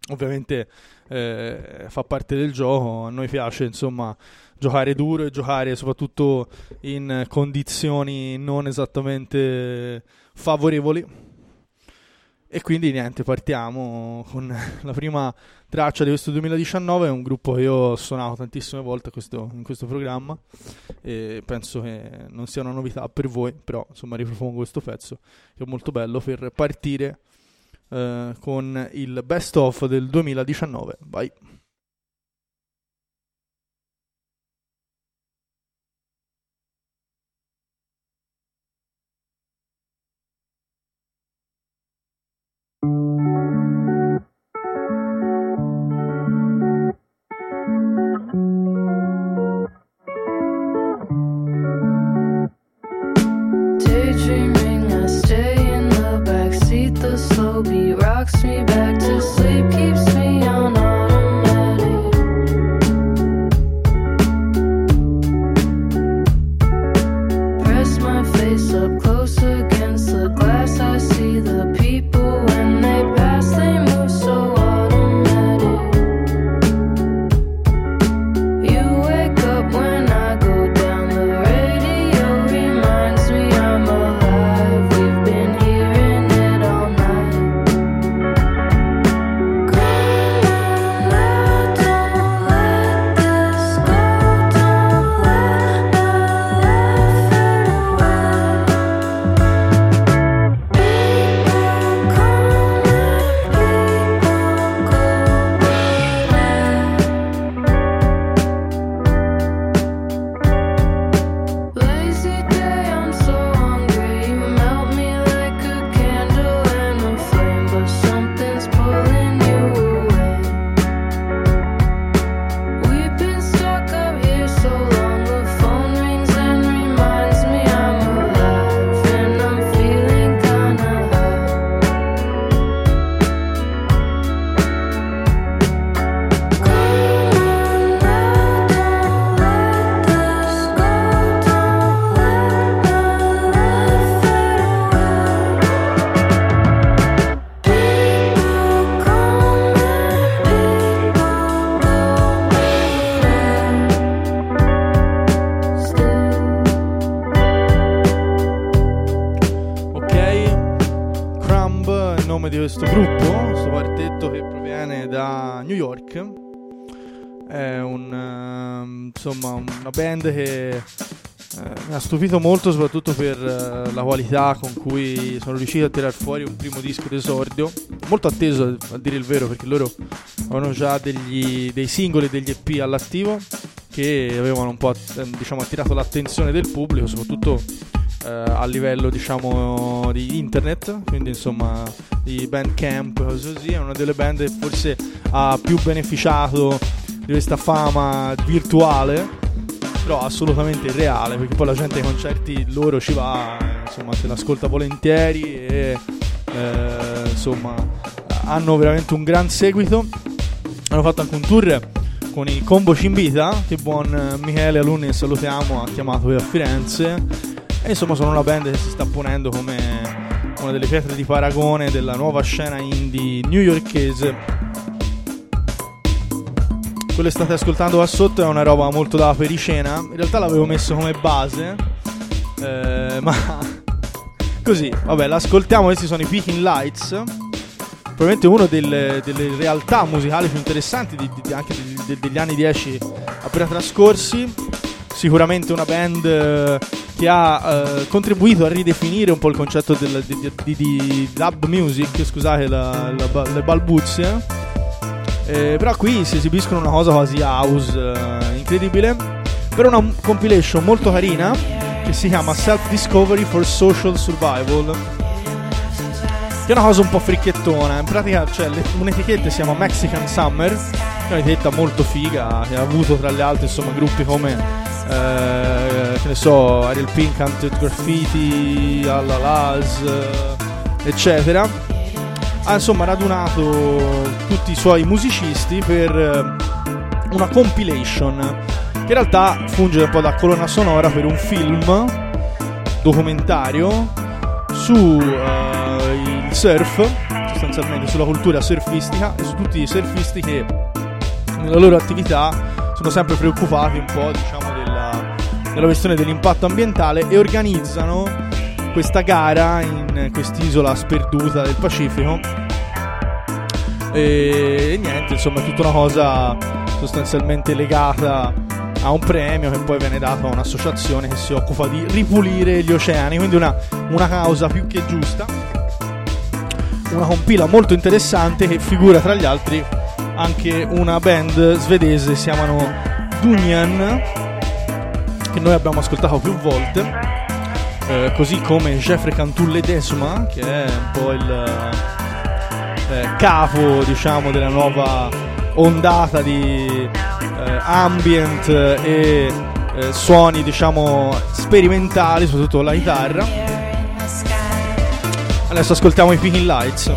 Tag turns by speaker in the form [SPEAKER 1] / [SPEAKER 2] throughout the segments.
[SPEAKER 1] ovviamente fa parte del gioco. A noi piace insomma giocare duro e giocare soprattutto in condizioni non esattamente favorevoli. E quindi niente, partiamo con la prima traccia di questo 2019. È un gruppo che io ho suonato tantissime volte in questo programma e penso che non sia una novità per voi, però insomma ripropongo questo pezzo che è molto bello per partire con il best of del 2019. Vai.
[SPEAKER 2] Daydreaming, I stay in the backseat. The slow beat rocks me back to sleep, keeps me on automatic. Press my face up close against the glass. I see the people when they pass, they move so automatic. You wake up when I go down, the radio reminds me I'm alive. We've been hearing it all night. Come on now, don't let this go. Don't let my life fade away. People come and people go, lazy day, I'm so hungry. You melt me like a candle in a flame, but something's pulling you away. We've been stuck up here so long. The phone rings and reminds me I'm alive, and I'm feeling kinda high. Come on now, don't let this go. Don't let my life fade away. People come and people go.
[SPEAKER 1] Ok, Crumb è il nome di questo gruppo, questo quartetto che proviene da New York. È insomma una band che mi ha stupito molto, soprattutto per la qualità con cui sono riusciti a tirar fuori un primo disco d'esordio, molto atteso a dire il vero, perché loro avevano già dei singoli e degli EP all'attivo che avevano un po' diciamo attirato l'attenzione del pubblico, soprattutto a livello diciamo di internet, quindi insomma di Bandcamp, così. È una delle band che forse ha più beneficiato di questa fama virtuale, però assolutamente reale, perché poi la gente ai concerti loro ci va, insomma se l'ascolta volentieri e insomma hanno veramente un gran seguito. Hanno fatto anche un tour con i Combo Cimbita, che buon Michele Alunni, salutiamo, ha chiamato qui a Firenze. E insomma sono una band che si sta ponendo come una delle pietre di paragone della nuova scena indie newyorkese. Quello che state ascoltando qua sotto è una roba molto da pericena. In realtà l'avevo messo come base, ma così, vabbè, l'ascoltiamo. Questi sono i Peking Lights, probabilmente una delle realtà musicali più interessanti anche degli anni 10 appena trascorsi. Sicuramente una band che ha contribuito a ridefinire un po' il concetto di dub music, scusate le balbuzie, però qui si esibiscono una cosa quasi house incredibile, per una compilation molto carina che si chiama Self Discovery for Social Survival, che è una cosa un po' fricchettona. In pratica c'è un'etichetta, si chiama Mexican Summer, che è un'etichetta molto figa, che ha avuto tra le altre insomma gruppi come che ne so, Ariel Pink, Hunted Graffiti, Alla Laz, eccetera. Ha insomma radunato tutti i suoi musicisti per una compilation che in realtà funge un po' da colonna sonora per un film documentario su il surf, sostanzialmente sulla cultura surfistica e su tutti i surfisti che nella loro attività sono sempre preoccupati un po', diciamo, della questione dell'impatto ambientale, e organizzano questa gara in quest'isola sperduta del Pacifico. E niente, insomma, è tutta una cosa sostanzialmente legata a un premio che poi viene dato a un'associazione che si occupa di ripulire gli oceani, quindi una causa più che giusta, una compila molto interessante che figura tra gli altri anche una band svedese, si chiamano Dunyan, che noi abbiamo ascoltato più volte, così come Jeffrey Cantulle Desma, che è un po' il capo, diciamo, della nuova ondata di ambient e suoni, diciamo, sperimentali, soprattutto con la chitarra. Adesso ascoltiamo i Peking Lights.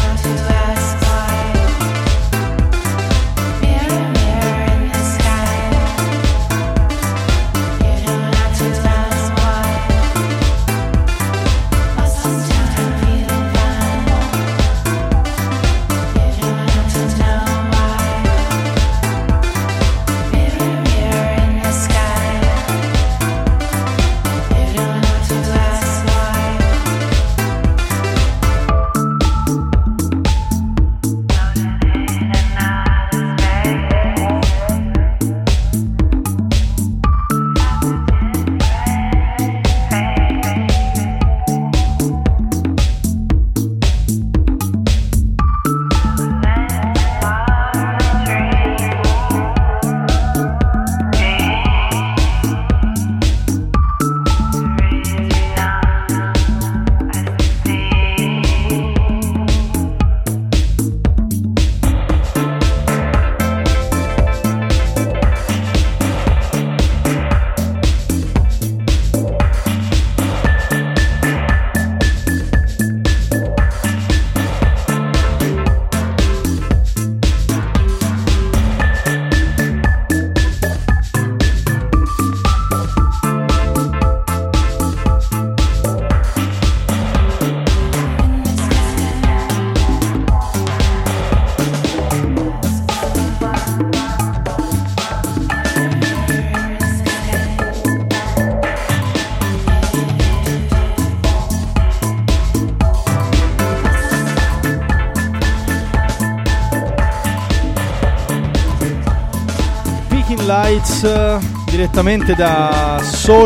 [SPEAKER 1] Lights, direttamente da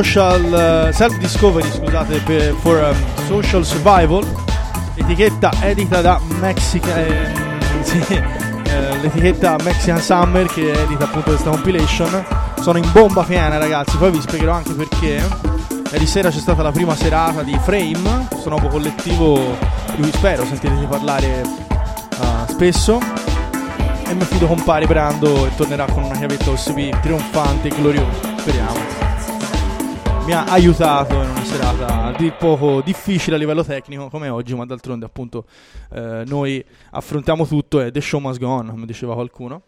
[SPEAKER 1] Self Discovery, scusate, for Social Survival, etichetta edita da l'etichetta Mexican Summer, che edita appunto questa compilation. Sono in bomba piena, ragazzi, poi vi spiegherò anche perché. Ieri sera c'è stata la prima serata di Frame, questo nuovo collettivo di cui spero sentirete parlare spesso. E mi fido compare Brando e tornerà con una chiavetta USB trionfante e gloriosa, speriamo. Mi ha aiutato in una serata a dir poco difficile a livello tecnico come oggi, ma d'altronde appunto noi affrontiamo tutto e the show must go on, come diceva qualcuno.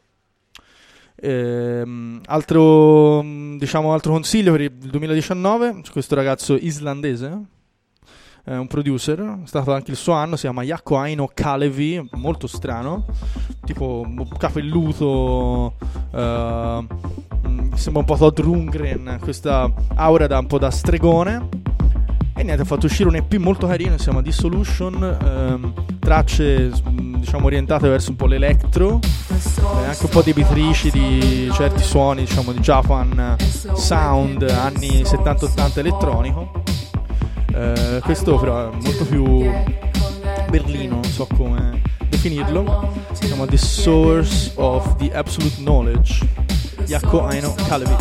[SPEAKER 1] Altro consiglio per il 2019, c'è questo ragazzo islandese, è un producer, è stato anche il suo anno, si chiama Jaakko Aino Kalevi, molto strano, tipo capelluto, sembra un po' Todd Rundgren, questa aura da un po' da stregone. E niente, ha fatto uscire un EP molto carino, si chiama Dissolution, tracce diciamo orientate verso un po' l'electro, anche un po' debitrici di certi suoni, diciamo di Japan sound anni 70-80 elettronico. Questo però è molto più berlino, non so come definirlo. Si chiama The Source of the Absolute Knowledge, Jaakko Aino Kalevi.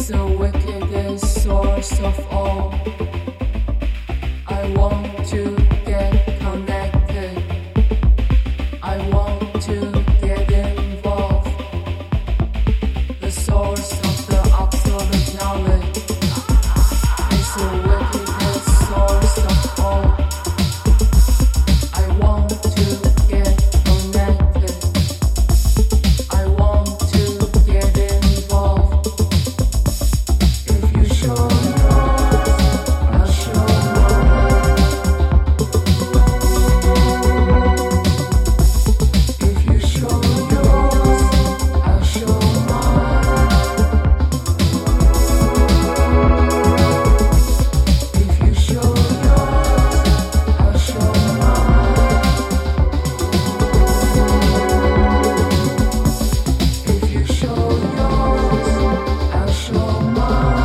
[SPEAKER 2] It's the wickedest source of all. I want to get connected. I want to get involved. The source of the absolute knowledge. It's the wickedest source of all. I want to get connected. I want to get involved. If you show yours, I'll show mine. If you show yours, I'll show mine. If you show yours, I'll show mine. If you show yours, I'll show mine.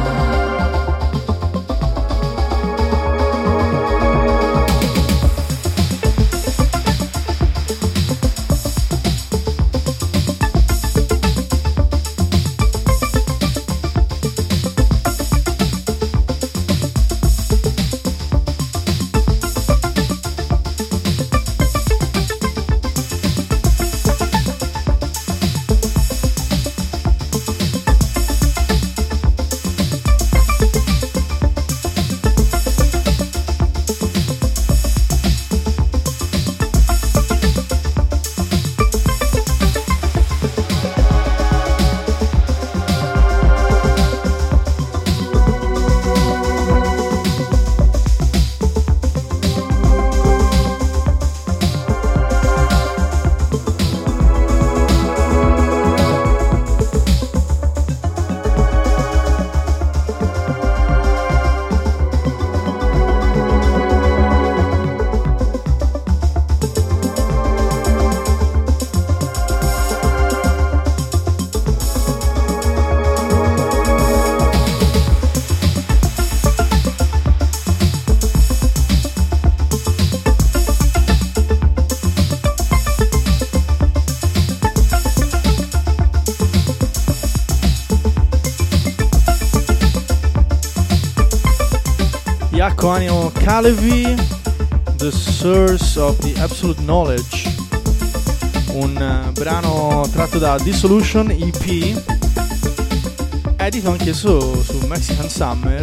[SPEAKER 1] Yakoanio Kalevi, The Source of the Absolute Knowledge, un brano tratto da Dissolution EP, edito anche su Mexican Summer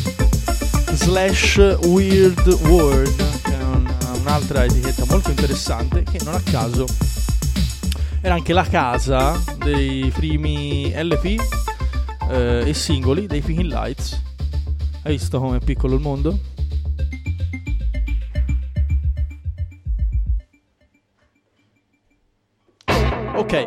[SPEAKER 1] / Weird World, che è un'altra etichetta molto interessante, che non a caso era anche la casa dei primi LP e singoli dei Picking Lights. Hai visto com'è piccolo il mondo? Ok.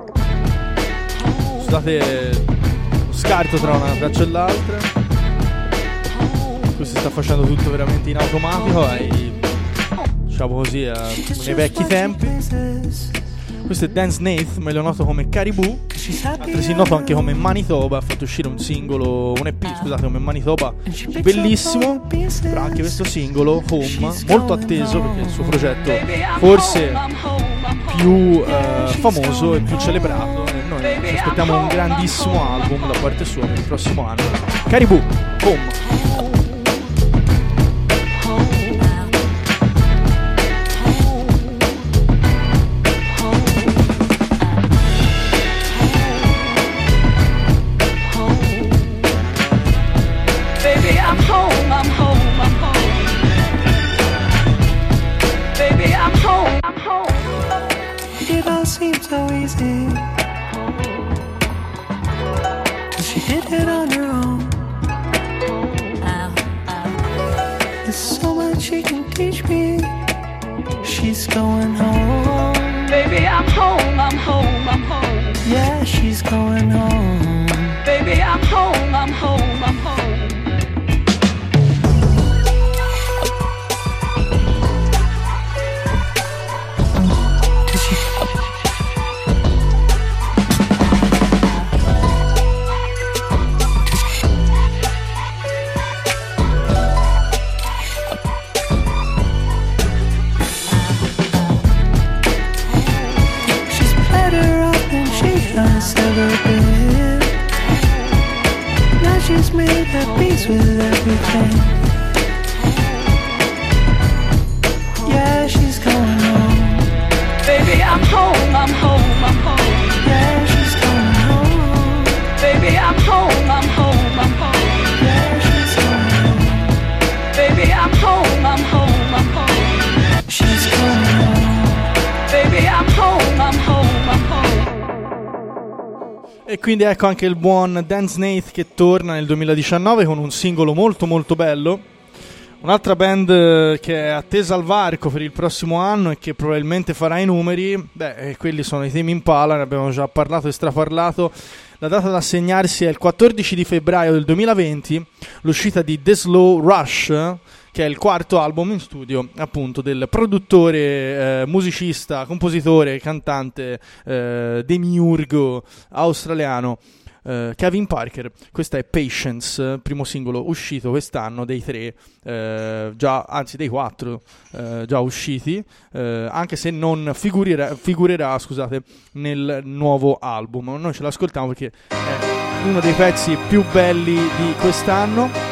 [SPEAKER 1] Scusate, scarto tra una traccia e l'altra. Qui si sta facendo tutto veramente in automatico, diciamo così, nei vecchi tempi. Questo è Dance Nath, meglio noto come Caribou, altresì noto anche come Manitoba. Ha fatto uscire un singolo, un EP, scusate, come Manitoba, bellissimo. Però anche questo singolo, Home, molto atteso, perché è il suo progetto forse più famoso e più celebrato, e noi ci aspettiamo un grandissimo album da parte sua per il prossimo anno. Caribou, Home.
[SPEAKER 3] So easy, she did it on her own. There's so much she can teach me. She's going home.
[SPEAKER 2] Baby, I'm home, I'm home, I'm home.
[SPEAKER 3] Yeah, she's going home.
[SPEAKER 2] Baby, I'm home, I'm home, I'm home.
[SPEAKER 3] She's better off than she has ever been. she's made at peace with everything. Yeah, she's going home.
[SPEAKER 4] Baby, I'm home, I'm home, I'm home.
[SPEAKER 3] Yeah, she's going home.
[SPEAKER 4] Baby, I'm home, I'm home, I'm home.
[SPEAKER 3] Yeah, she's going home.
[SPEAKER 4] Baby, I'm home, I'm home, I'm home.
[SPEAKER 3] She's going home.
[SPEAKER 4] Baby, I'm home, I'm home, I'm home.
[SPEAKER 1] E quindi ecco anche il buon Dan Snaith che torna nel 2019 con un singolo molto molto bello. Un'altra band che è attesa al varco per il prossimo anno e che probabilmente farà i numeri, quelli sono i Tame Impala, ne abbiamo già parlato e straparlato. La data da segnarsi è il 14 di febbraio del 2020, l'uscita di The Slow Rush, che è il quarto album in studio appunto del produttore, musicista, compositore, cantante, demiurgo australiano Kevin Parker. Questa è Patience, primo singolo uscito quest'anno dei tre, dei quattro già usciti, anche se non figurerà, scusate, nel nuovo album. Noi ce l'ascoltiamo perché è uno dei pezzi più belli di quest'anno.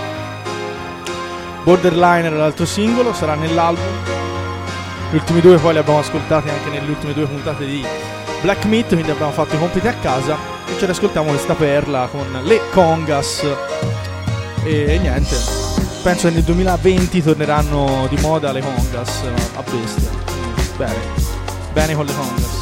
[SPEAKER 1] Borderline era l'altro singolo, sarà nell'album. Gli ultimi due poi li abbiamo ascoltati anche nelle ultime due puntate di Black Meat, quindi abbiamo fatto i compiti a casa e ce ne ascoltiamo questa perla con le congas. E niente, penso che nel 2020 torneranno di moda le congas a bestia. Bene con le congas.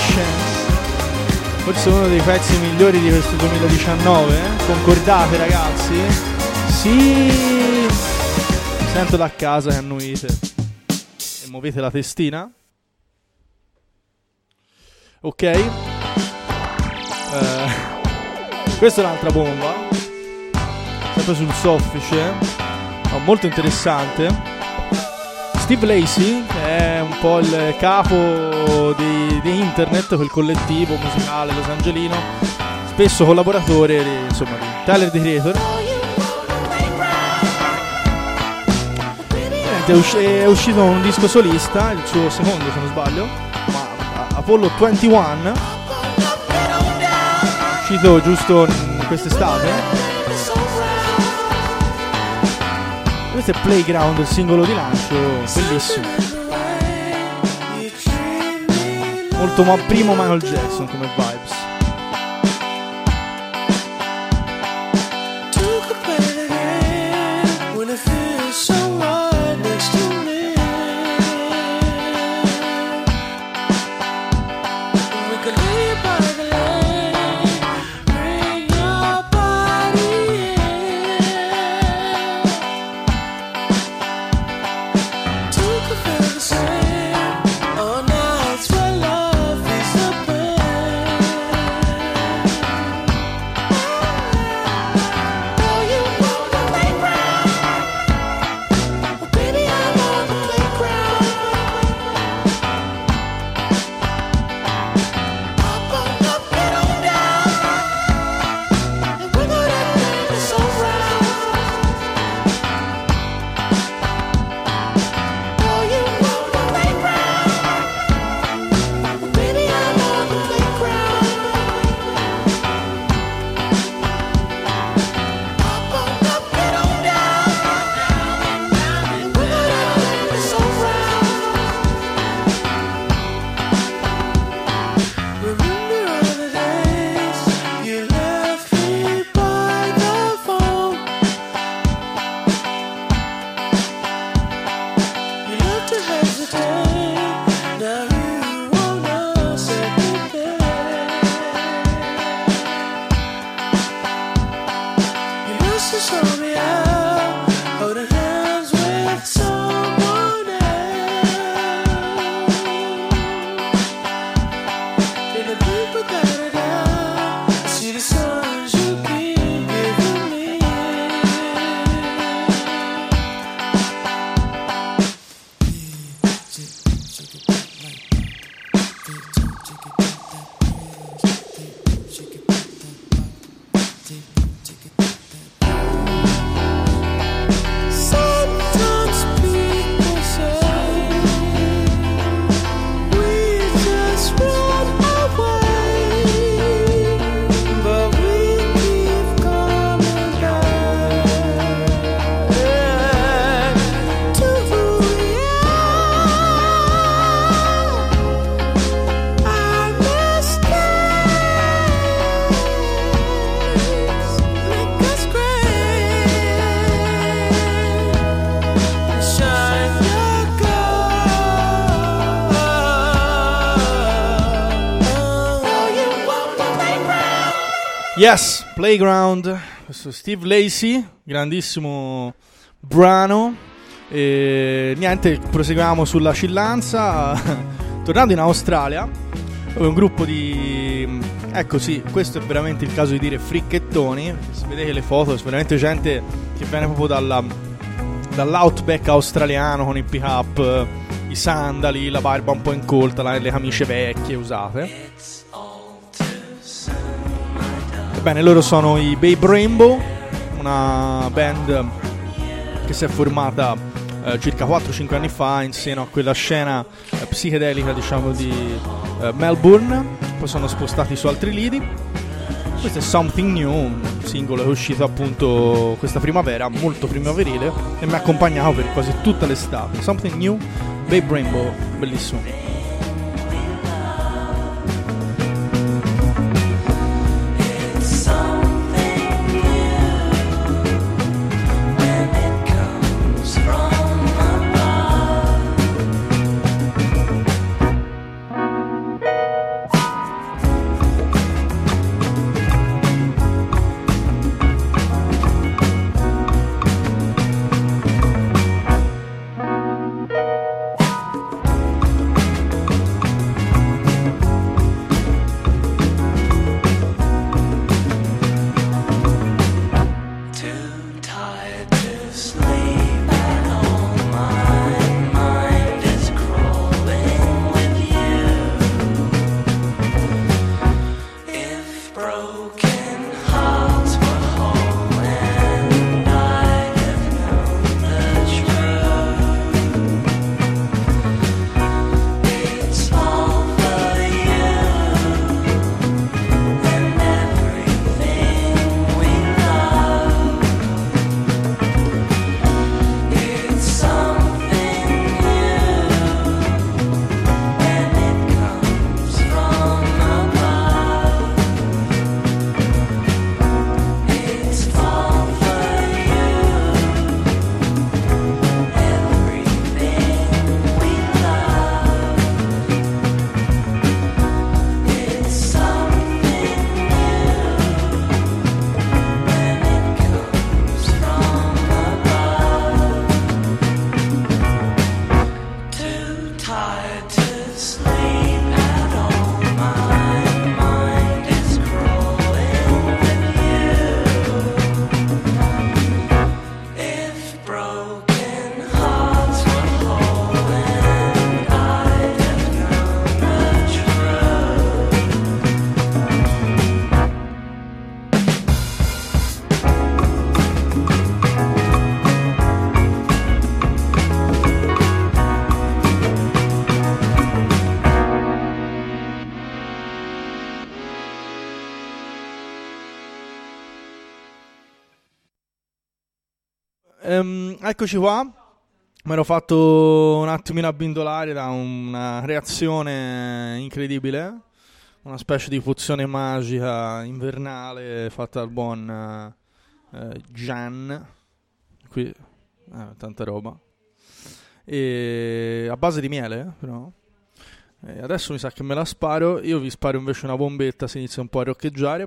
[SPEAKER 1] Patience, forse uno dei pezzi migliori di questo 2019. Concordate, ragazzi? Sì! Sento da casa che annuite e muovete la testina. Ok. Questa è un'altra bomba, sempre sul soffice, molto interessante. Steve Lacy, che è un po' il capo di internet, quel collettivo musicale losangelino, spesso collaboratore di Tyler the Creator. È uscito un disco solista, il suo secondo se non sbaglio, Apollo 21, uscito giusto quest'estate. Questo è Playground, il singolo di lancio, bellissimo. Molto primo Michael Jackson come vibes. Yes, Playground, questo Steve Lacy, grandissimo brano. E niente, proseguiamo sulla cillanza, tornando in Australia, dove un gruppo di... ecco sì, questo è veramente il caso di dire fricchettoni. Se vedete le foto, è veramente gente che viene proprio dall'outback australiano, con i pick-up, i sandali, la barba un po' incolta, le camicie vecchie usate. Bene, loro sono i Babe Rainbow, una band che si è formata circa 4-5 anni fa in seno a quella scena psichedelica, diciamo, di Melbourne. Poi sono spostati su altri lidi. Questo è Something New, un singolo che è uscito appunto questa primavera, molto primaverile, e mi ha accompagnato per quasi tutta l'estate. Something New, Babe Rainbow, bellissimo. eccoci qua. Mi ero fatto un attimino abbindolare da una reazione incredibile, una specie di pozione magica invernale fatta dal buon Gian. Qui tanta roba. E a base di miele, però. E adesso mi sa che me la sparo. Io vi sparo invece una bombetta, si inizia un po' a roccheggiare.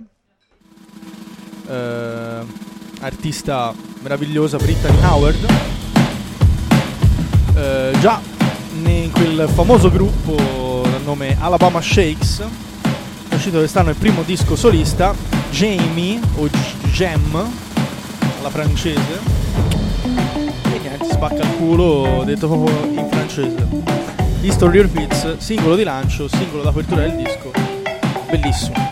[SPEAKER 1] Artista meravigliosa, Brittany Howard. Già in quel famoso gruppo dal nome Alabama Shakes è uscito quest'anno il primo disco solista, Jamie o Gem alla francese, e niente, spacca il culo, detto proprio in francese. History Repeats, singolo di lancio, singolo d'apertura del disco, bellissimo.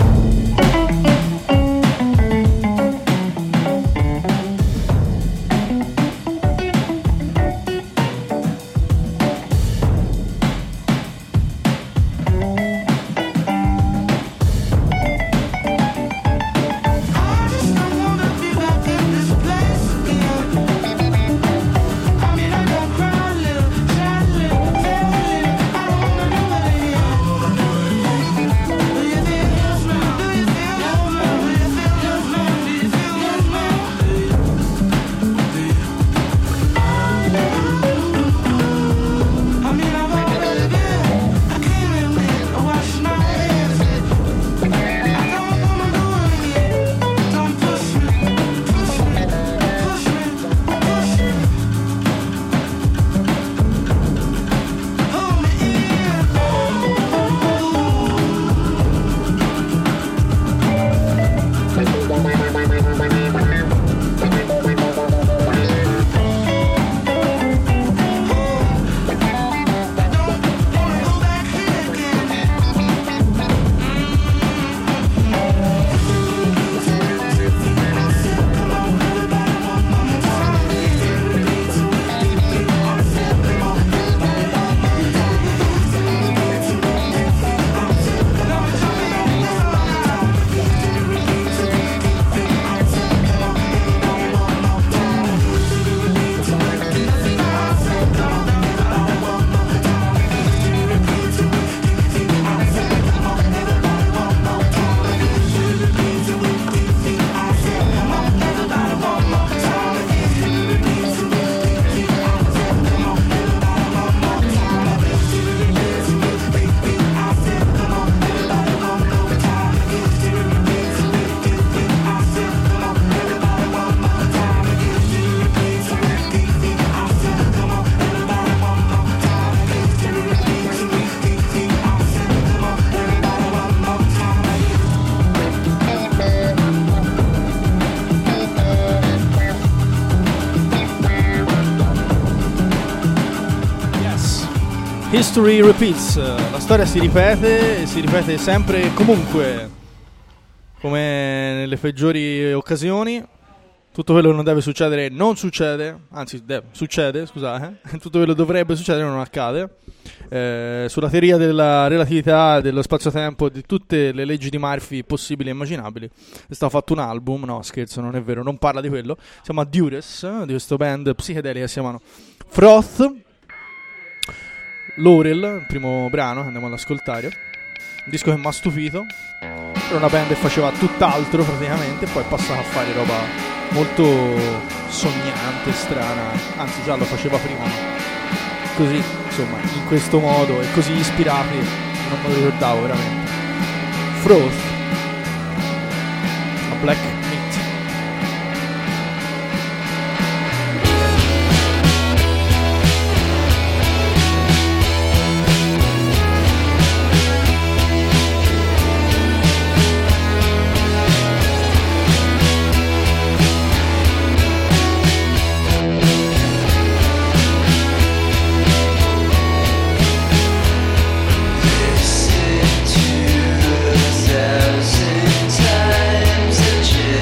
[SPEAKER 1] History Repeats, la storia si ripete e si ripete sempre e comunque, come nelle peggiori occasioni. Tutto quello che non deve succedere non succede, anzi succede, scusate, tutto quello che dovrebbe succedere non accade. Sulla teoria della relatività, dello spazio-tempo, di tutte le leggi di Murphy possibili e immaginabili è stato fatto un album, no scherzo, non è vero, non parla di quello, si chiama Dures, di questo band psichedelica che si chiamano Froth. Laurel, il primo brano che andiamo ad ascoltare, un disco che mi ha stupito, era una band che faceva tutt'altro praticamente, poi è passata a fare roba molto sognante, strana, anzi già lo faceva prima, ma così, insomma, in questo modo e così ispirati non me lo ricordavo veramente. Froth, a Black Meat.
[SPEAKER 5] Thousand times a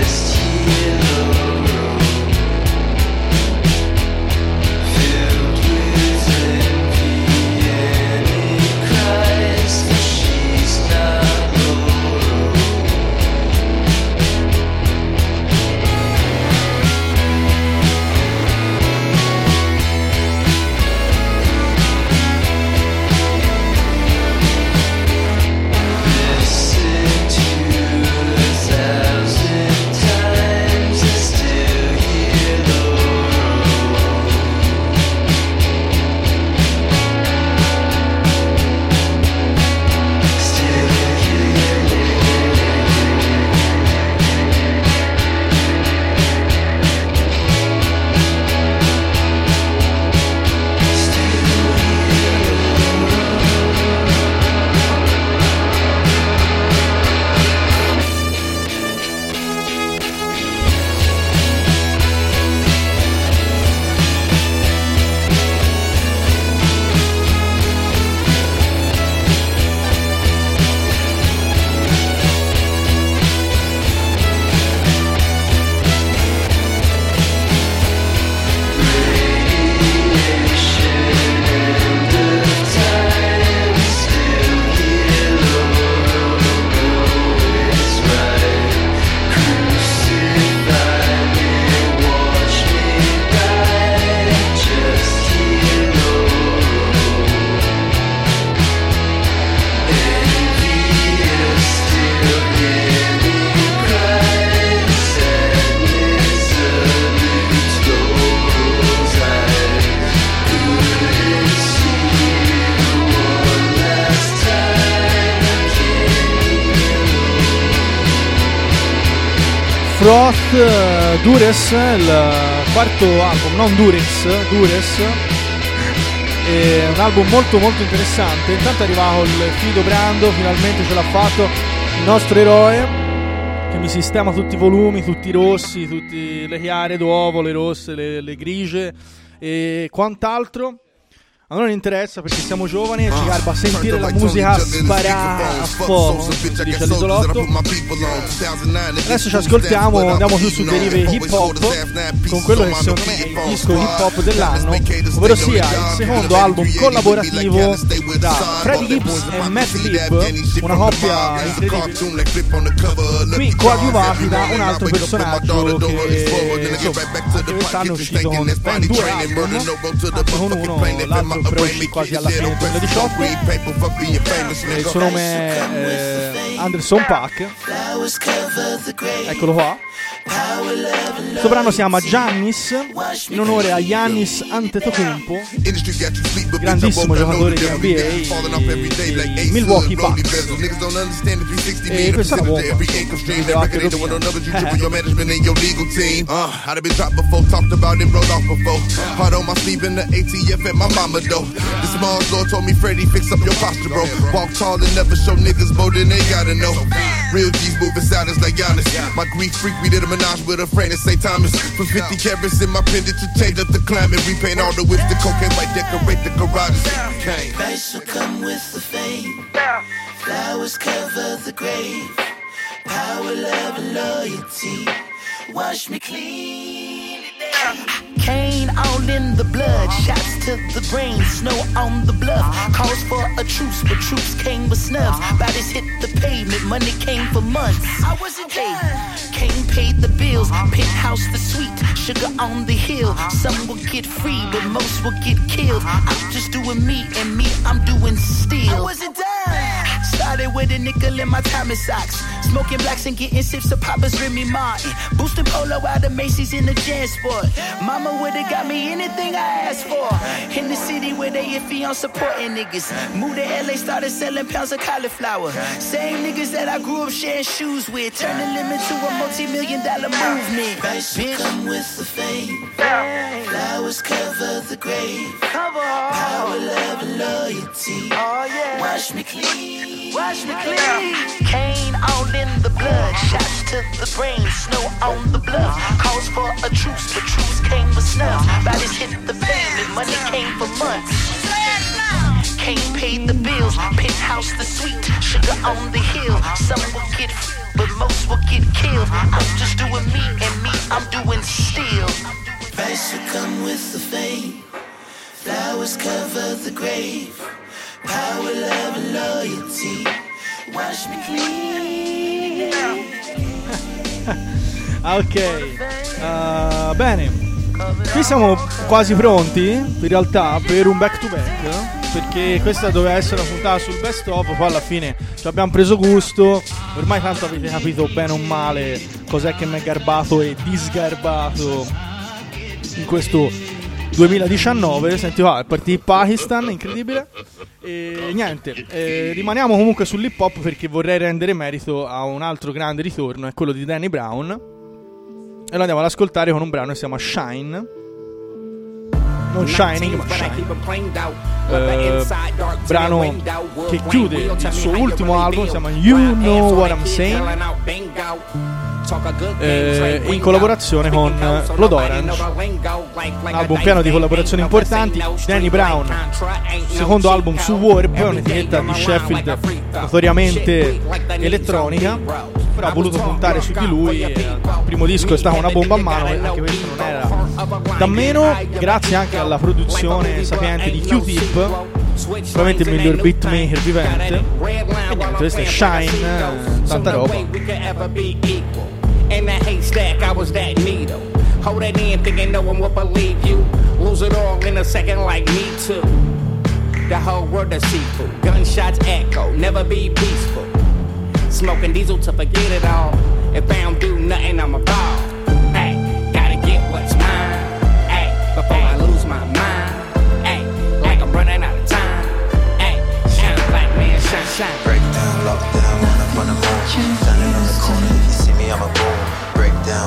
[SPEAKER 1] Froth, Dures, il quarto album, non Dures, è un album molto molto interessante. Intanto è arrivato il Fido Brando, finalmente ce l'ha fatto, il nostro eroe, che mi sistema tutti i volumi, tutti i rossi, tutte le chiare d'uovo, le rosse, le grigie e quant'altro. A noi non interessa perché siamo giovani e ci garba sentire la musica sparare a fuoco, si dice all'isolotto. Adesso ci ascoltiamo, andiamo più su derive hip hop con quello che secondo me è il disco hip hop dell'anno, ovvero sia il secondo album collaborativo da Freddie Gibbs e Matt Lib, una coppia incredibile, qui coadiuvati da un altro personaggio che insomma anche quest'anno è uscito con ben 2 album, anche con uno, l'altro però uscì quasi alla fine del 2018. Il suo nome è Anderson .Paak, eccolo qua. Questo brano si chiama Giannis, in onore a Giannis Antetokounmpo, grandissimo giocatore di NBA dei Milwaukee Bucks, e questa è una bomba, video anche
[SPEAKER 5] The small door told me, Freddie, fix up your posture, bro. Walk tall and never show niggas more than they gotta know. Real G's moving silence like Giannis. My Greek freak, we did a menage with a friend in St. Thomas. For 50 carats in my pendant to change up the climate. Repaint all the whips, the cocaine white, decorate the garages.
[SPEAKER 3] Vice will come with the fame. Flowers cover the grave. Power, love, and loyalty. Wash me clean. Kane all in the blood, shots to the brain, snow on the bluff. Calls for a truce, but troops came with snubs. Bodies hit the pavement, money came for months. I wasn't paid. Kane paid the bills, penthouse the suite, sugar on the hill. Some will get free, but most will get killed. I'm just doing me, and me I'm doing still. I wasn't done. Started with a nickel in my Thomas socks, smoking blacks and getting sips of Papa's Remy Martin, boosting polo out of Macy's in the JanSport. Mama would've got me anything I asked for. In the city where they iffy on supporting niggas. Moved to LA, started selling pounds of cauliflower. Same niggas that I grew up sharing shoes with, turning them into a multi-million-dollar movement. Vice will come with the fame. Flowers cover the grave. Power, love, and loyalty. Wash me clean. Wash me clean. Kane all in the blood, shots to the brain, snow on the bluff. Calls for a truce, but truce came with snubs. Bodies hit the pavement, money came for months. Kane paid the bills, penthouse the suite, sugar on the hill. Some will get but most will get killed. I'm just doing me, and me I'm doing still. Vice will come with the fame. Flowers cover the grave. Power, love, and loyalty. Wash me clean.
[SPEAKER 1] Ok, bene, qui siamo quasi pronti in realtà per un back to back, perché questa doveva essere una puntata sul best of, poi alla fine ci abbiamo preso gusto. Ormai tanto avete capito bene o male cos'è che mi è garbato e disgarbato in questo 2019. Senti qua, è partito il Pakistan, incredibile. E niente, rimaniamo comunque sull'hip hop perché vorrei rendere merito a un altro grande ritorno, è quello di Danny Brown, e lo andiamo ad ascoltare con un brano che si chiama Shine, non Shining ma Shine, brano che chiude il suo ultimo album, si chiama You Know What I'm Saying, in collaborazione con Blood Orange, un album pieno di collaborazioni importanti. Danny Brown, secondo album su Warp, un'etichetta di Sheffield notoriamente elettronica, però ha voluto puntare su di lui. Il primo disco è stato una bomba a mano, e anche questo non era da meno, grazie anche alla produzione sapiente di Q-Tip, probabilmente il miglior beatmaker vivente. E niente, questo è Shine, tanta roba.
[SPEAKER 6] In that haystack, I was that needle. Hold that in, thinking no one will believe you. Lose it all in a second, like me too. The whole world is seafood. Gunshots echo, never be peaceful. Smoking diesel to forget it all. If I don't do nothing, I'm a ball. Hey, gotta get what's mine. Hey, before I lose my mind. Hey, like I'm running out of time. Hey, shine like man, shine, shine.
[SPEAKER 7] Break down, lock down, when I'm on the move. Standing on the corner, if you see me, I'm a boom. Break down,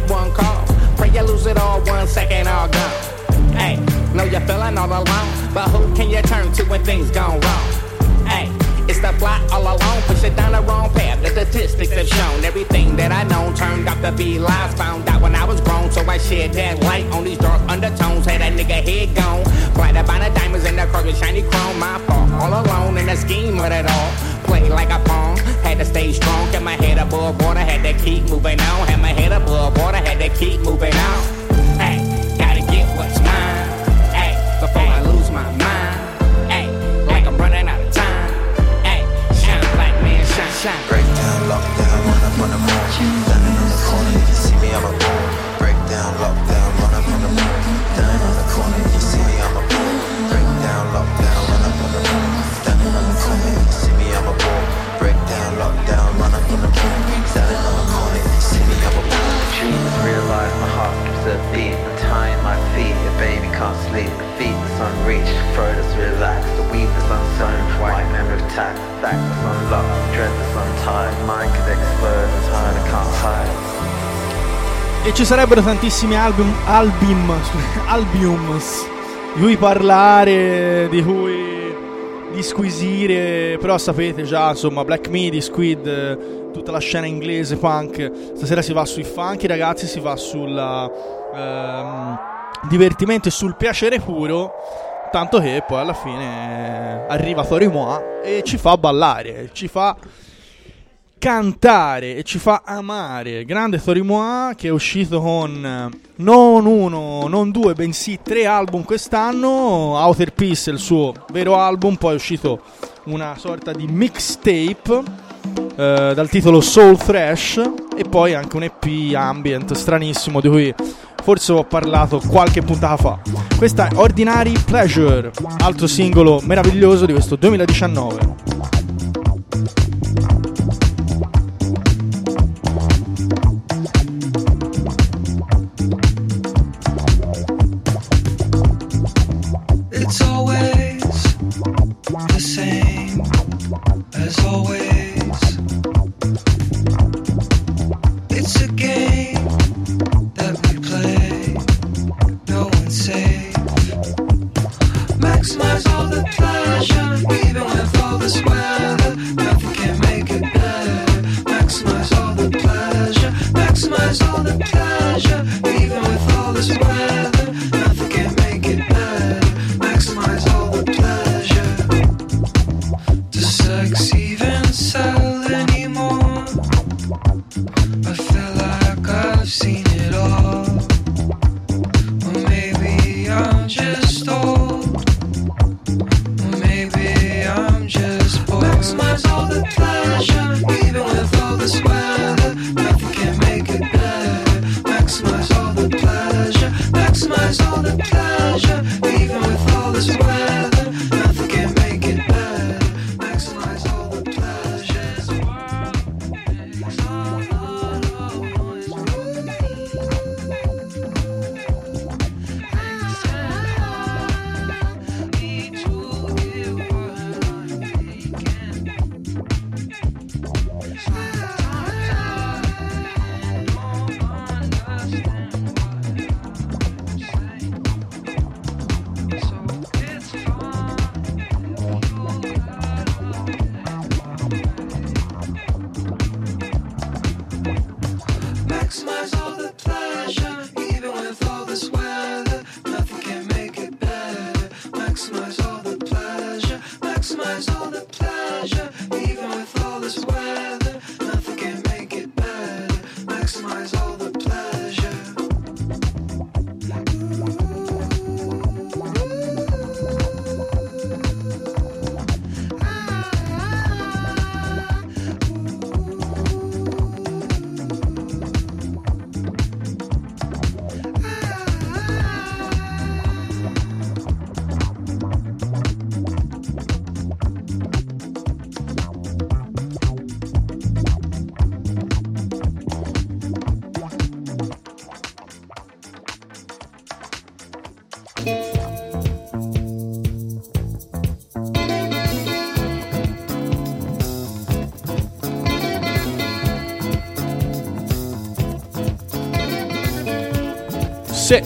[SPEAKER 6] one call. Pray you lose it all 1 second, all gone. Hey, know you're feeling all alone, but who can you turn to when things gone wrong? Hey, it's the plot all alone, push it down the wrong path. The statistics have shown everything that I known turned out to be lies. Found out when I was grown, so I shed that light on these dark undertones. Had a nigga head gone, blinded by the diamonds in the car with shiny chrome. My fault, all alone in the scheme of it all. Play like a pawn, had to stay strong. Kept my head above water, had to keep moving on. Had my head above water, had to keep moving on. Hey, gotta get what's mine. Hey, before I lose my mind. Hey, like I'm running out of time. Hey, shine black man, shine, shine.
[SPEAKER 7] Breakdown, lockdown, run up on the moon. Standing on the corner, you see me, I'm a boom. Breakdown, lockdown, run up on the moon. Standing on the corner, you see me, I'm a boom. Breakdown, lockdown, run up on the moon. Standing on the corner, you see me, I'm a boom. Breakdown, lockdown, run up on the moon. Standing on the corner, you see me, I'm a boom. Dreams realize my heart gives a beat. The time my feet, your baby can't sleep. Feet that's unreached, throat that's relaxed. The weave that's unsewn, white memory tagged. Back that's unlocked, dread that's untied. Mind could explode, the time I can't hide.
[SPEAKER 1] E ci sarebbero tantissimi albums di cui parlare, di cui disquisire, però sapete già, insomma, Black Midi, Squid, tutta la scena inglese punk. Stasera si va sui funky, ragazzi, si va sul divertimento e sul piacere puro, tanto che poi alla fine arriva Tori Moi e ci fa ballare, ci fa cantare e ci fa amare. Grande Tori Moi, che è uscito con non uno, non due, bensì 3 album quest'anno. Outer Peace è il suo vero album, poi è uscito una sorta di mixtape dal titolo Soul Thrash, e poi anche un EP ambient stranissimo di cui forse ho parlato qualche puntata fa. Questa è Ordinary Pleasure, altro singolo meraviglioso di questo 2019.
[SPEAKER 8] It's always the same as always. It's a game that we play, no one's safe. Maximize all the pleasure, even with all this weather, nothing can make it better. Maximize all the pleasure, maximize all the pleasure, even with all this weather, nothing can make it better. Maximize all the pleasure. Does sex even sell anymore? I feel like I've seen it all. Or maybe I'm just old. Or maybe I'm just bored. Maximize all the pleasure, even with all this weather, nothing can make it better. Maximize all the pleasure, maximize all the pleasure, even with all this weather, nothing can make it better. Maximize all the pleasure. Maximize all the pleasure, even with all this weather, nothing can make it better. Maximize all the pleasure, maximize all the pleasure, even with all this weather, nothing can make it better. Maximize all the pleasure.
[SPEAKER 1] Sì.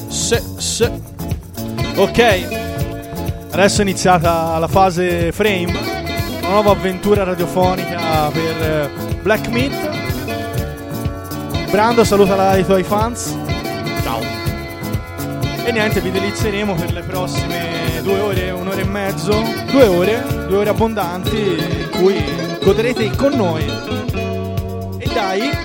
[SPEAKER 1] Ok, adesso è iniziata la fase Frame, una nuova avventura radiofonica per Black Meat. Brando, saluta i tuoi fans. Ciao. E niente, vi delizieremo per le prossime 2 ore, 1 ora e mezzo, 2 ore abbondanti in cui goderete con noi. E dai,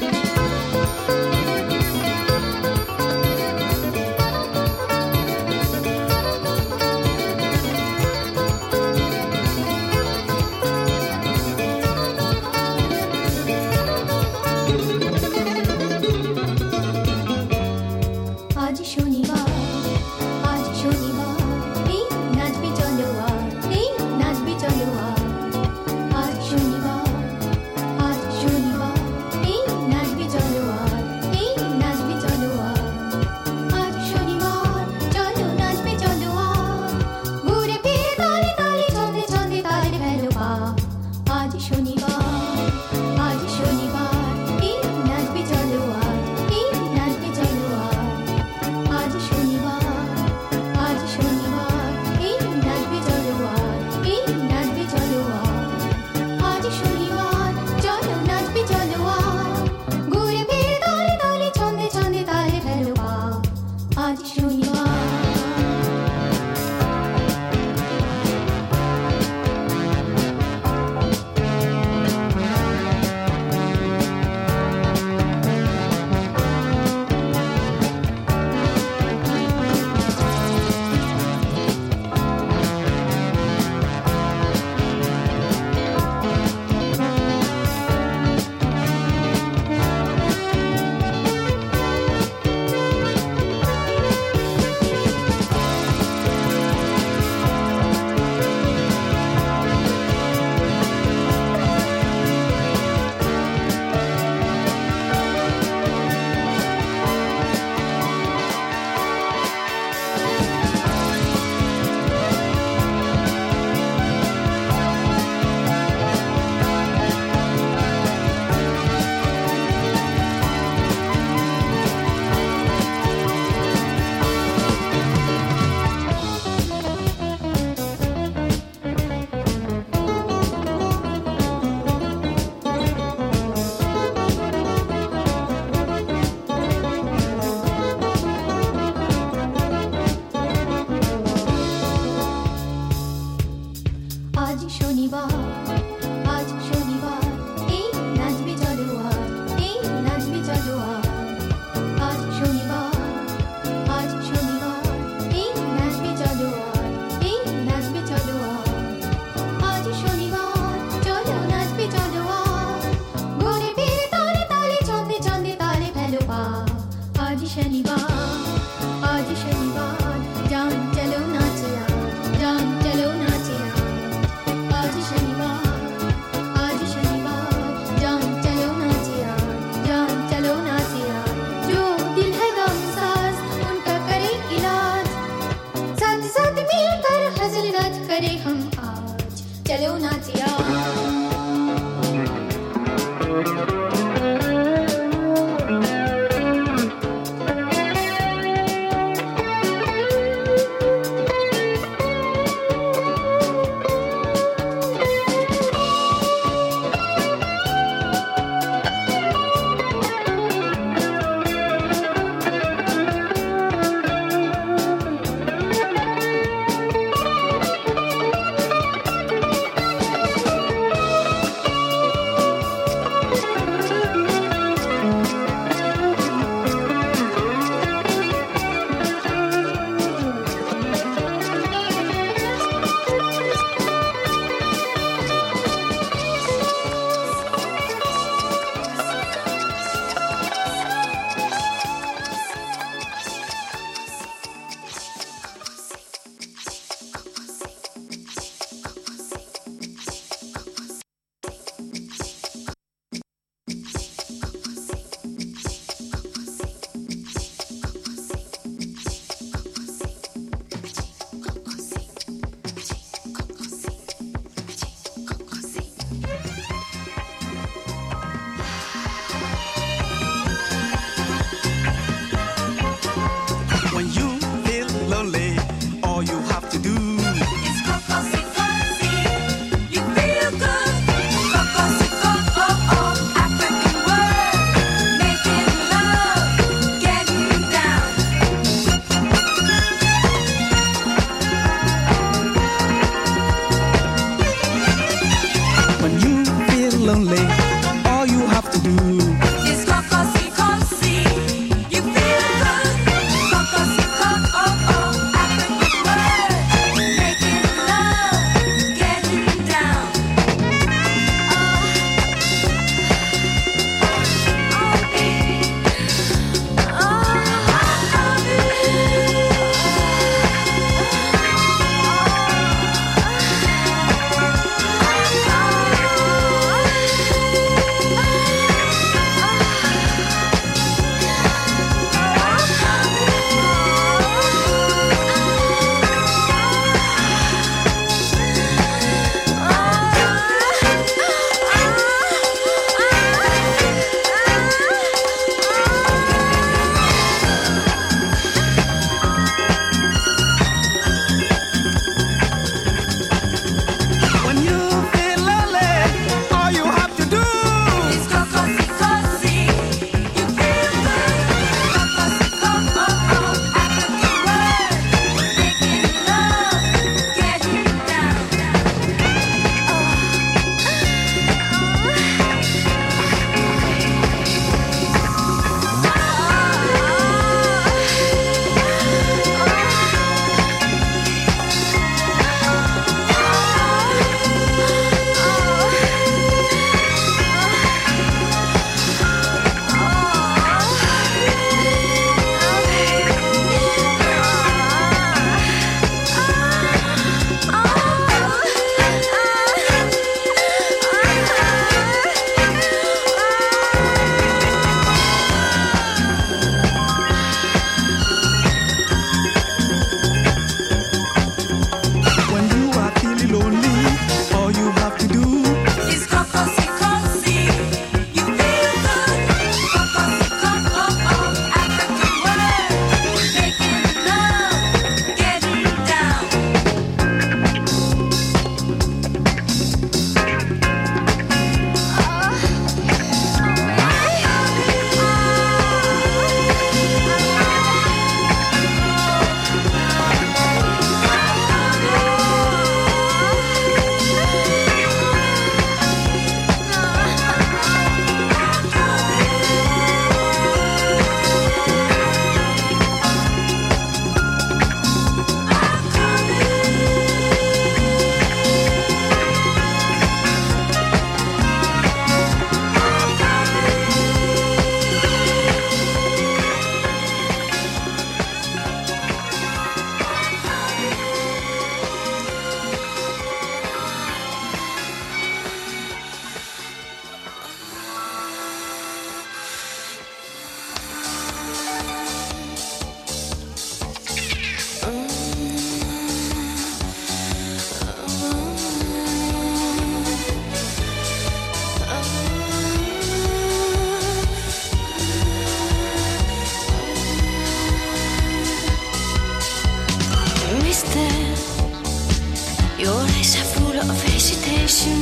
[SPEAKER 2] wasted. Your eyes are full of hesitation.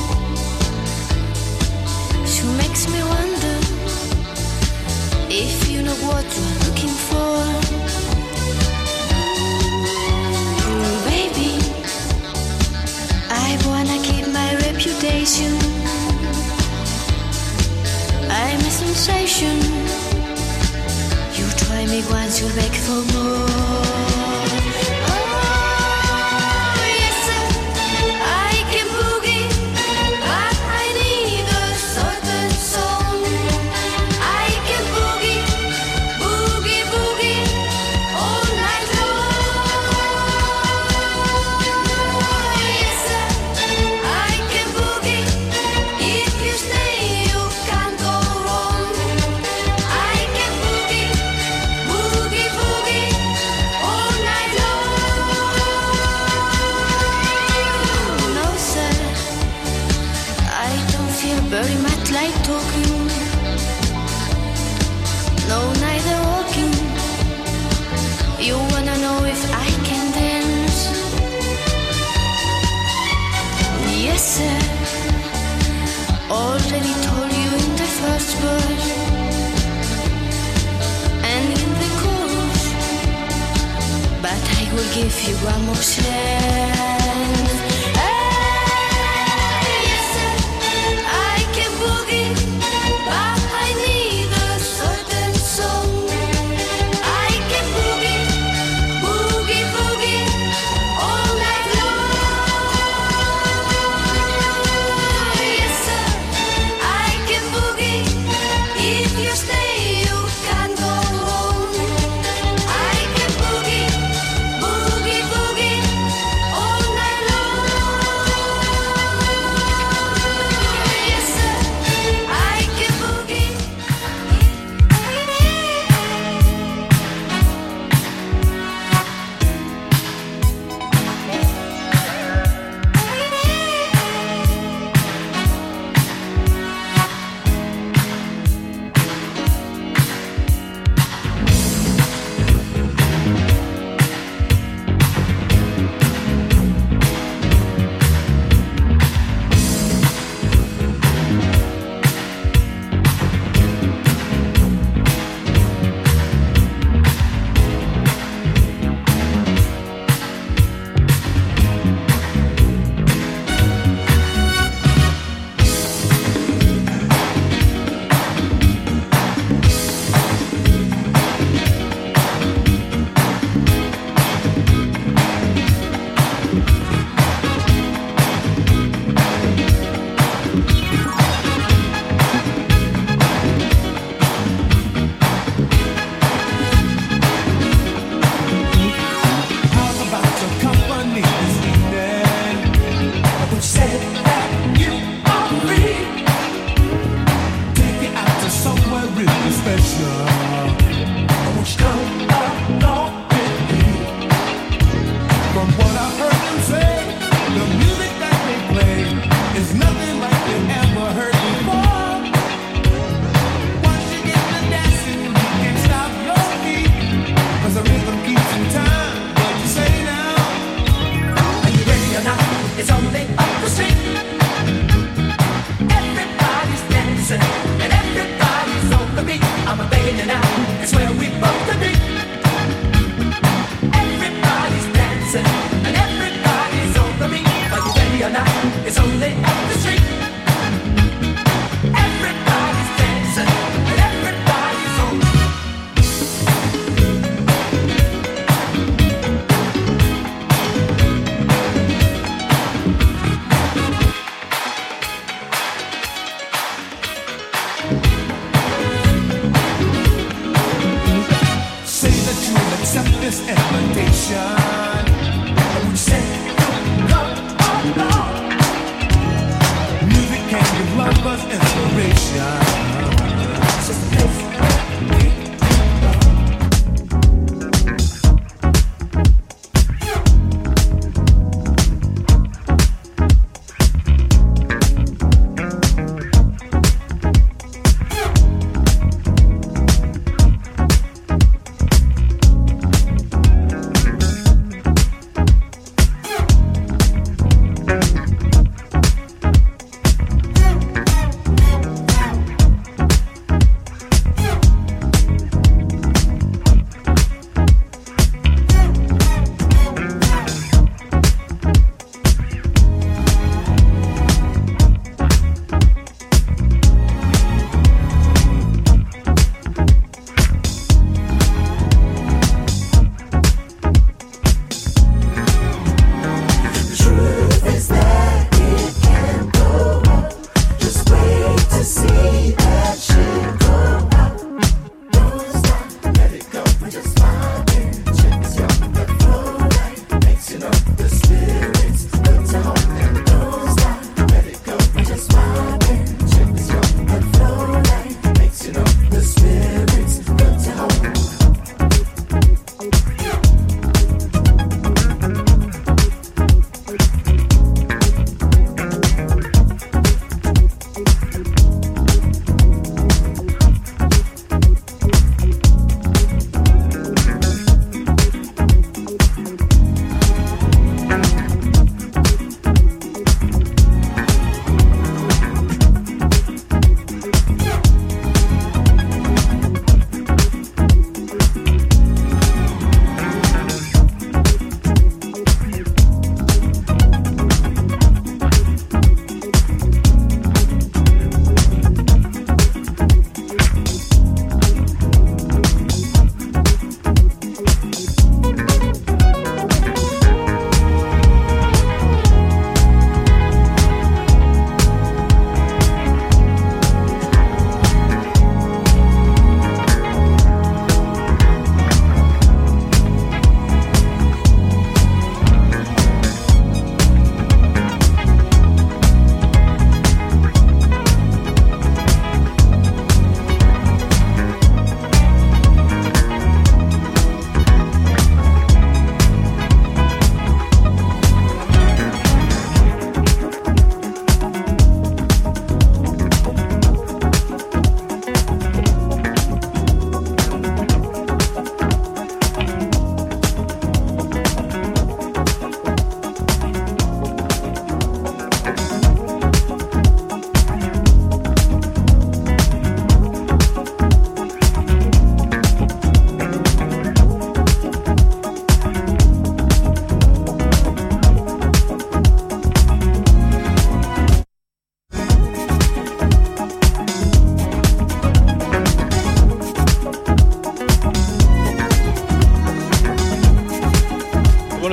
[SPEAKER 2] She makes me wonder if you know what you're looking for. Baby, I wanna keep my reputation. I'm a sensation. You try me once, you'll beg for more. Very much like talking, no, neither walking. You wanna know if I can dance? Yes, sir. Already told you in the first verse and in the chorus, but I will give you one more chance.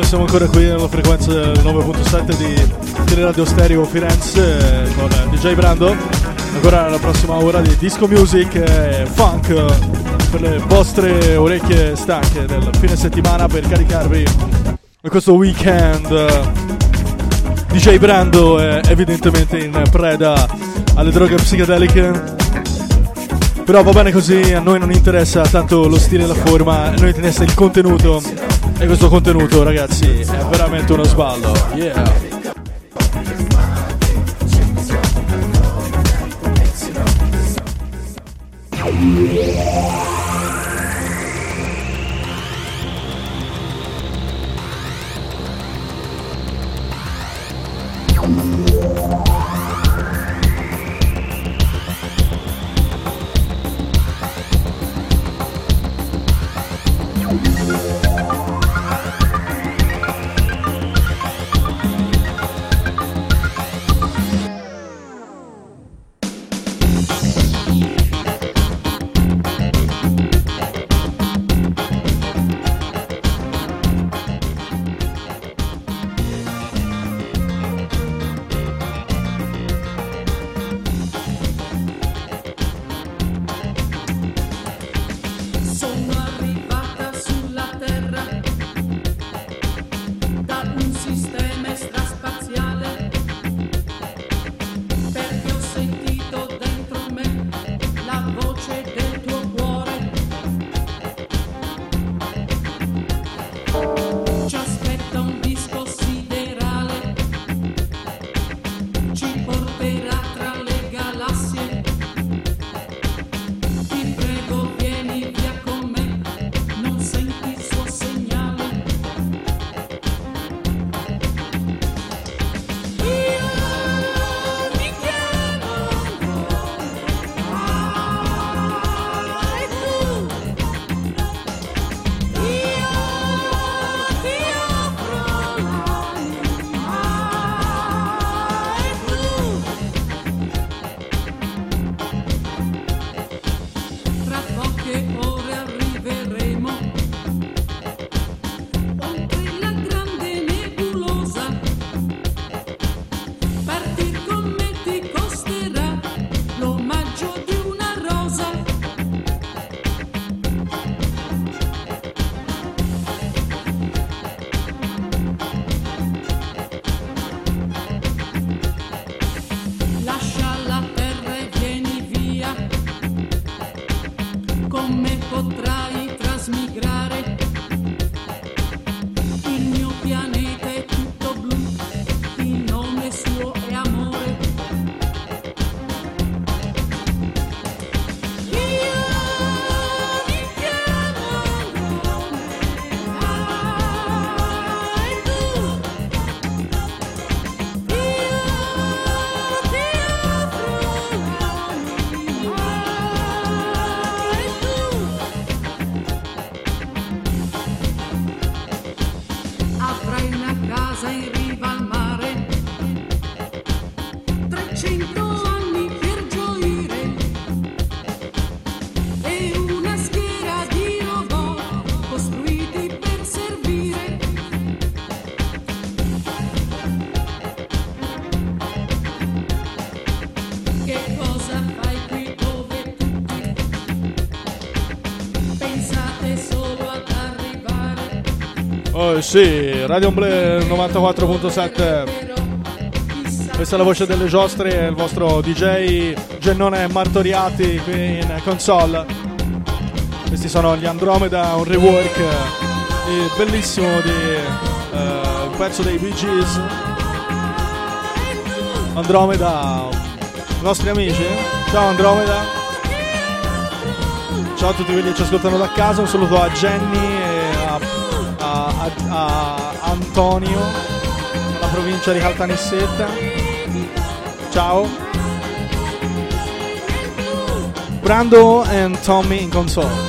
[SPEAKER 1] siamo ancora qui nella frequenza del 9.7 di Teleradio Stereo Firenze con DJ Brando. Ancora nella prossima ora di disco music e funk per le vostre orecchie stanche del fine settimana, per caricarvi questo weekend. DJ Brando è evidentemente in preda alle droghe psichedeliche, però va bene così, a noi non interessa tanto lo stile e la forma, a noi interessa il contenuto, e questo contenuto, ragazzi, è veramente uno sballo. Yeah. Oh sì, Radio Omblè 94.7. Questa è la voce delle giostre, il vostro DJ Gennone Martoriati qui in console. Questi sono gli Andromeda, un rework bellissimo di un pezzo dei Bee Gees. Andromeda, i nostri amici. Ciao Andromeda. Ciao a tutti quelli che ci ascoltano da casa, un saluto a Jenny e a Antonio, dalla provincia di Caltanissetta. Ciao. Brando and Tommy in console.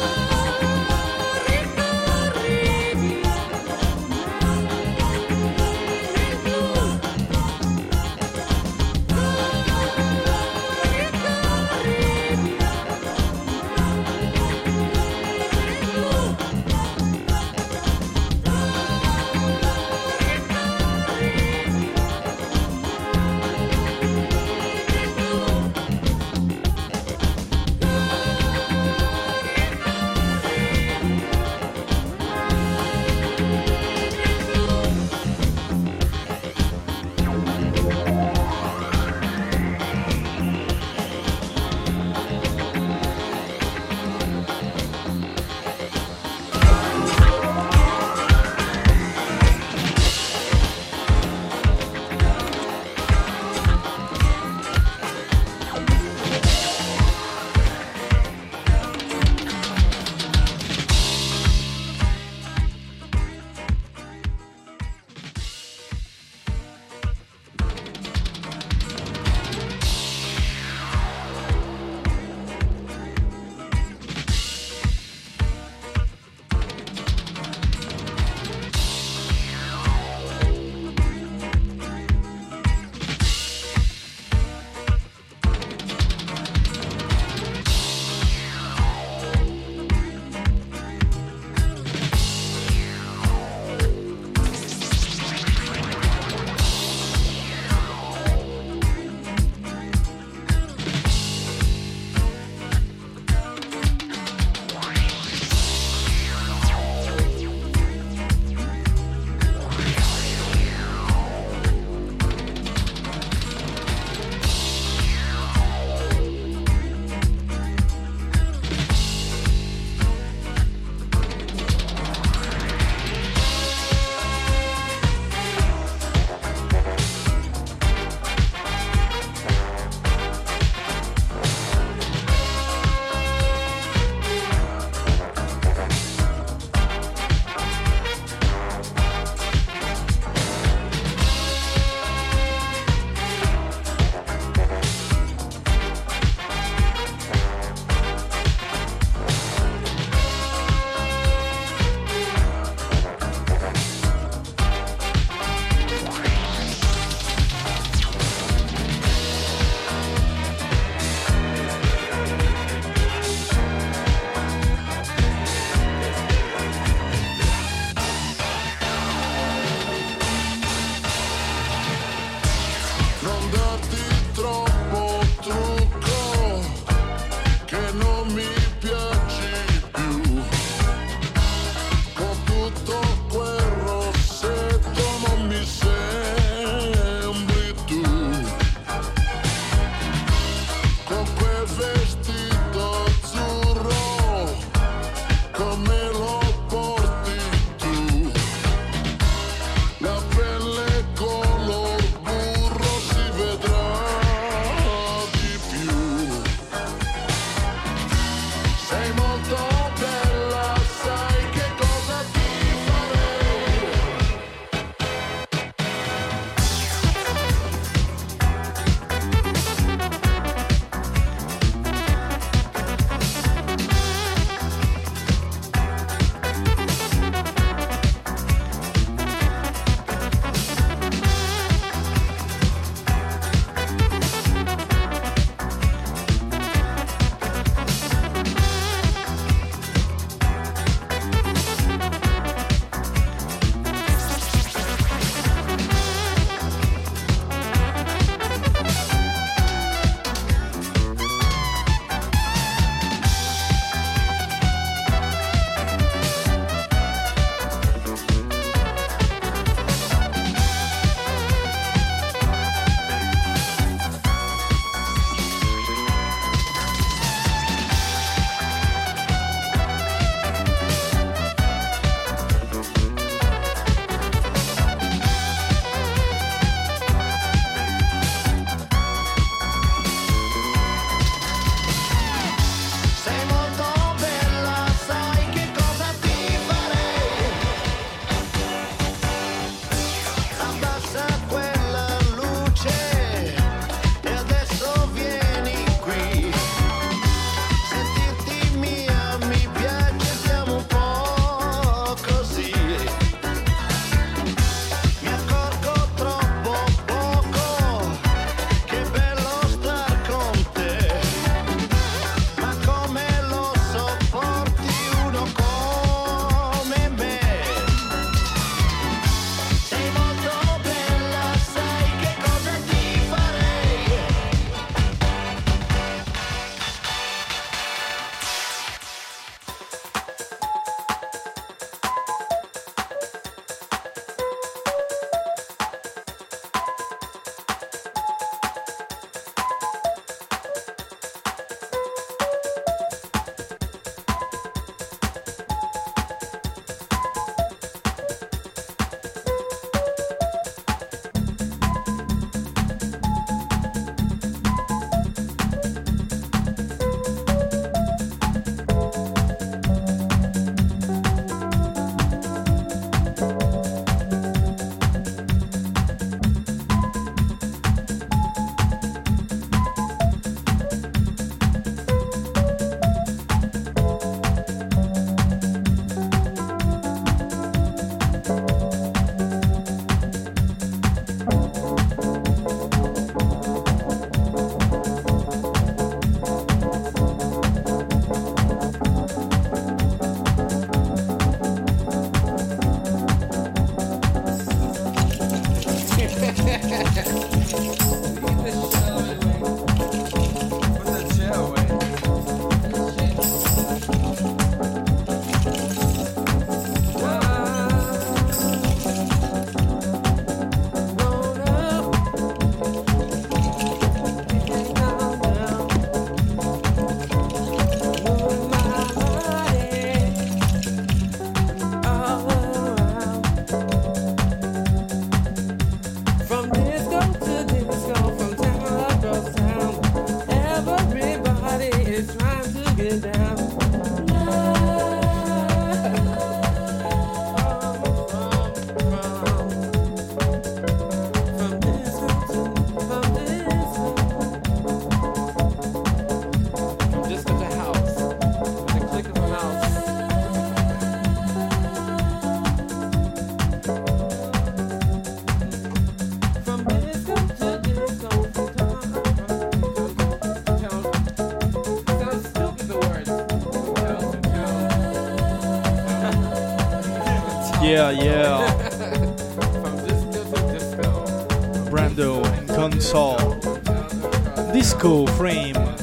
[SPEAKER 1] Yeah.
[SPEAKER 9] From disco to disco.
[SPEAKER 1] Brando in console. Disco frame.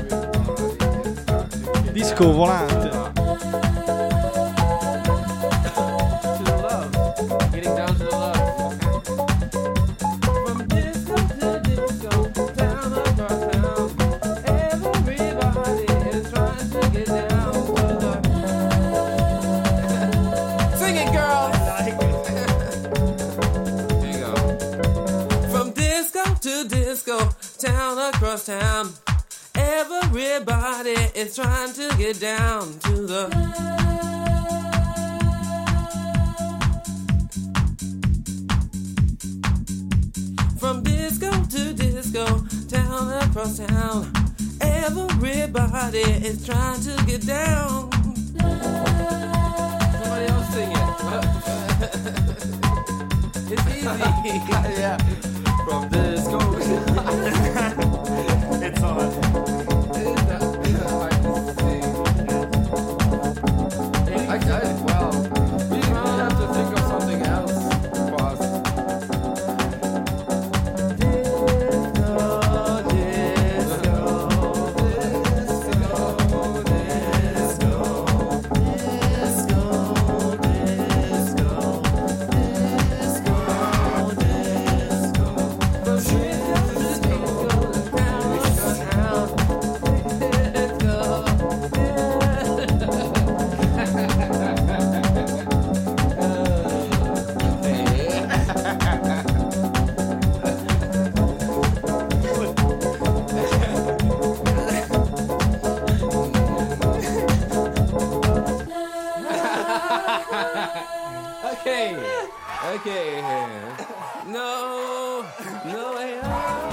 [SPEAKER 1] Disco volante.
[SPEAKER 9] To the love. Getting down to the love. From disco to disco, town across town. Everybody is trying to get down to the. Sing it, girl. Here you go. From disco to disco, town across town. Everybody is trying to get down to the. From disco to disco, town across town. Everybody is trying to get down. Somebody else sing it. It's easy. Yeah. From disco. It's on. Well, we have to think of something else, boss. Okay. No way out.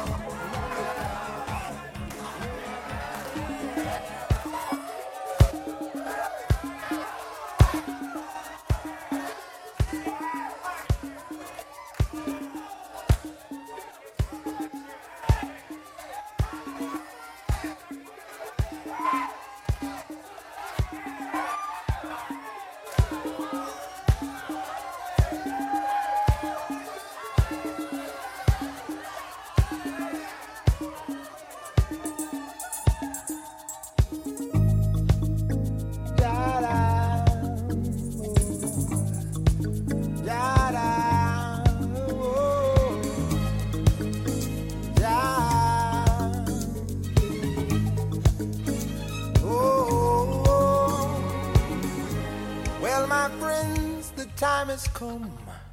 [SPEAKER 10] Time has come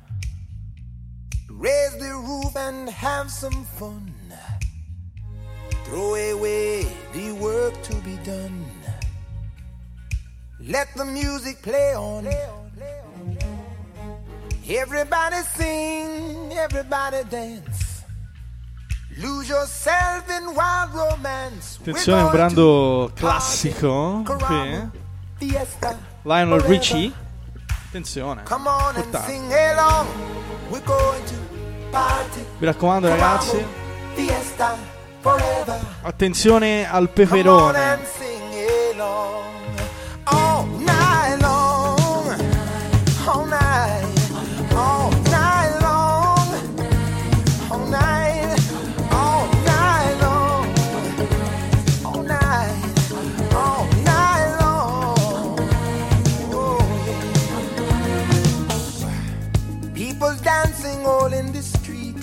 [SPEAKER 10] to raise the roof and have some fun. Throw away the work to be done. Let the music play on. Everybody sing, everybody dance. Lose yourself in wild romance.
[SPEAKER 1] Attenzione, un brano classico qui. Lionel Richie. Attenzione, importante. Mi raccomando ragazzi, attenzione al peperone.
[SPEAKER 10] Dancing all in the street,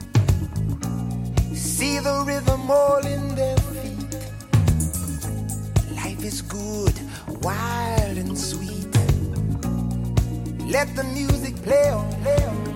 [SPEAKER 10] see the rhythm all in their feet. Life is good, wild and sweet. Let the music play on, play on.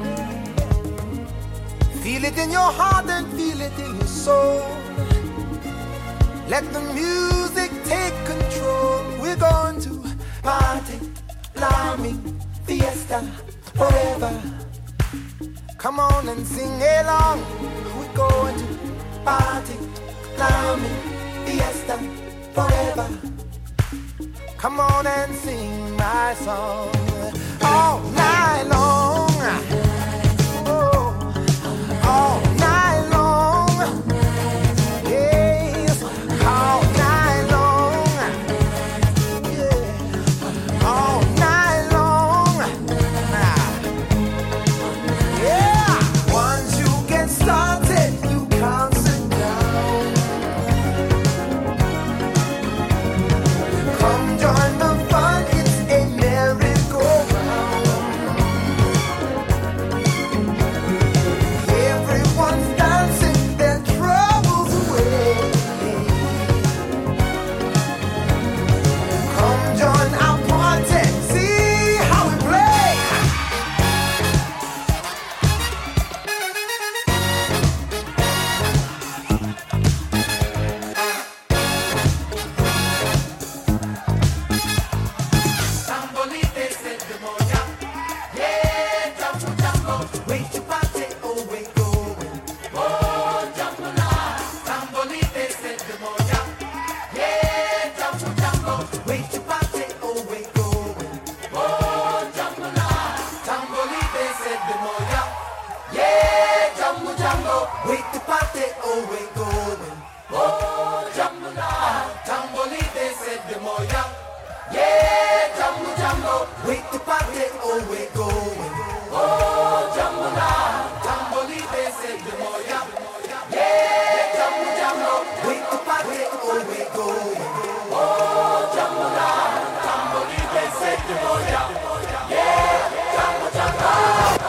[SPEAKER 10] Feel it in your heart and feel it in your soul. Let the music take control. We're going to party, climbing, fiesta, forever. Come on and sing along. We're going to party, climbing, fiesta, forever. Come on and sing my song all night long. Oh, all night long. Yes, all night long. Yeah, all night long. Wait to party, oh we going. Oh, jambalaya, jambolite se de moya. Yeah, jambo. Wait to party, oh we going. Oh, jambalaya, jambolite se de moya. Yeah, jambo.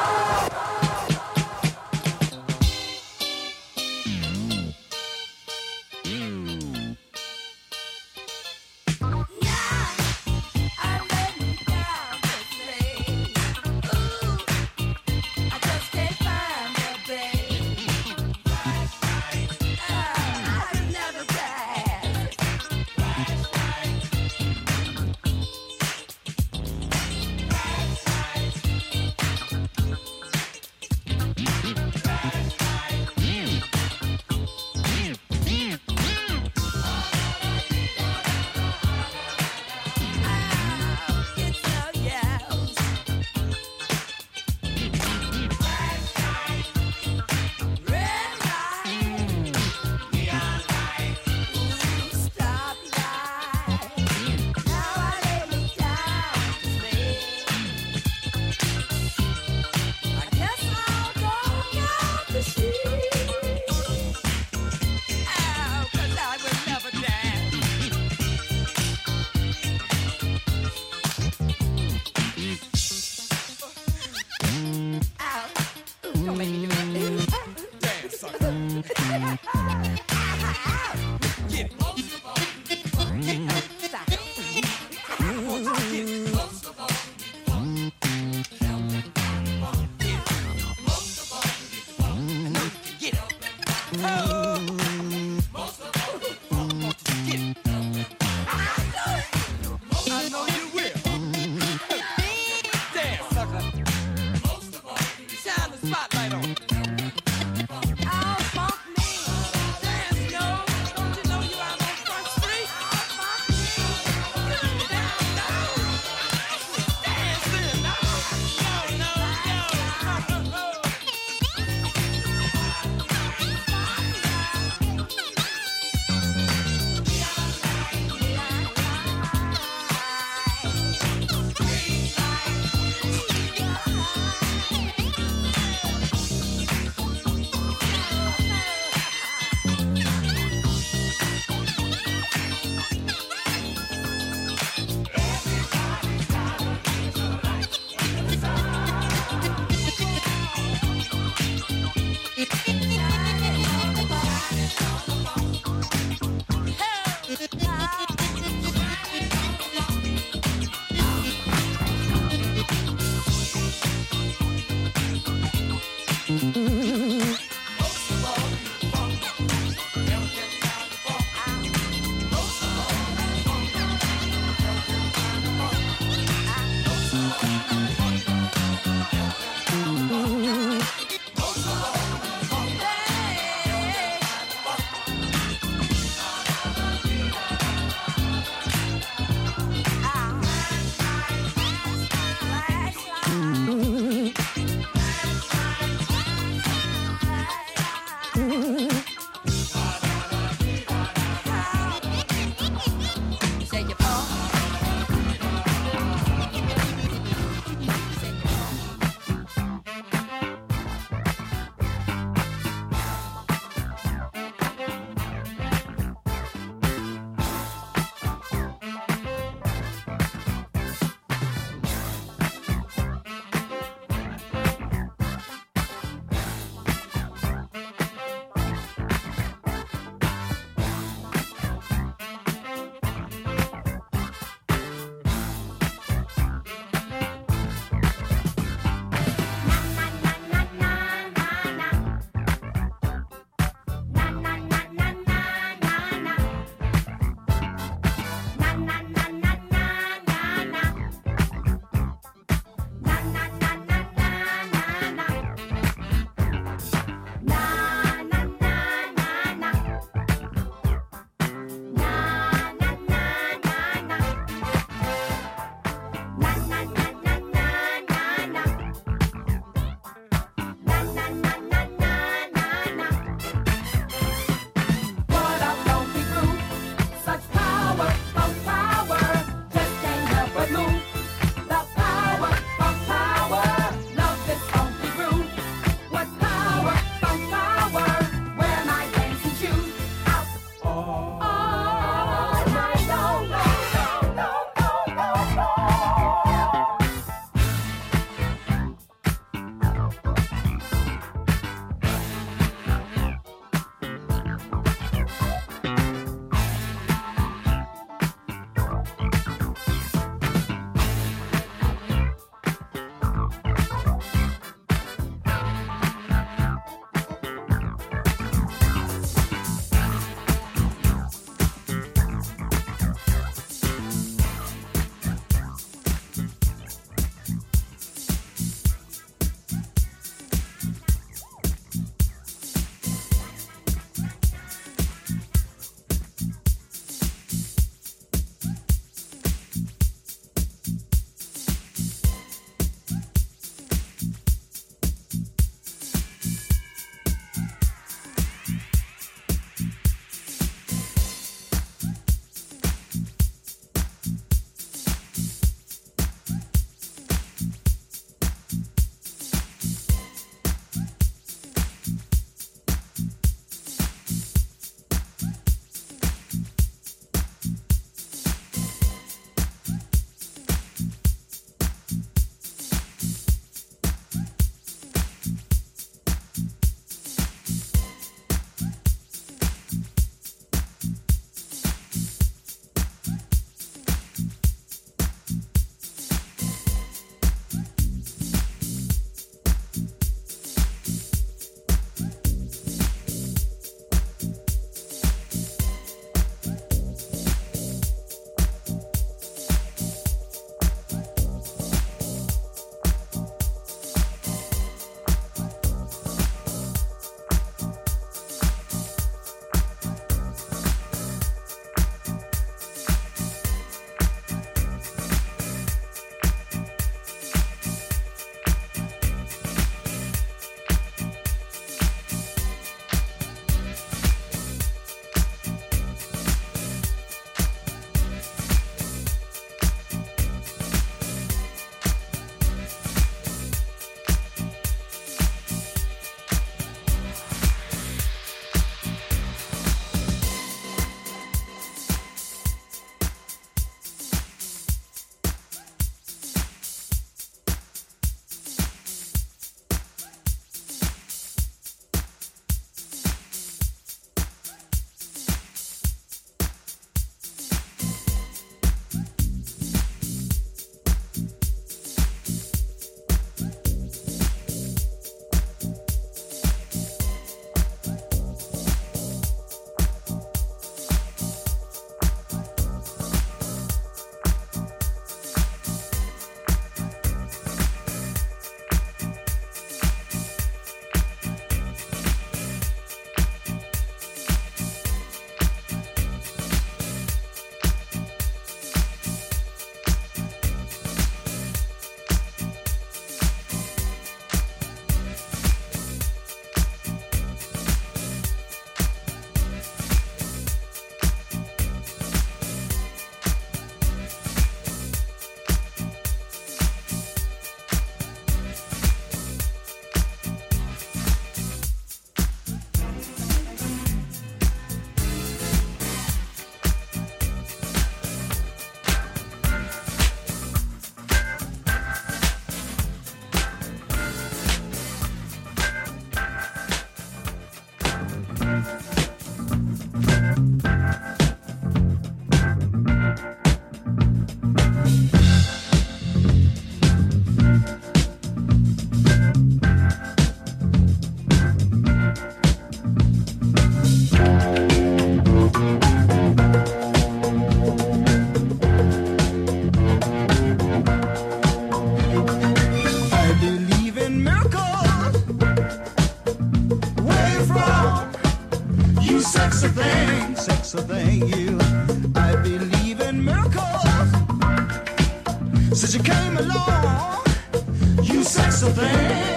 [SPEAKER 11] so thank you. I believe in miracles. Since you came along, you sexy thing.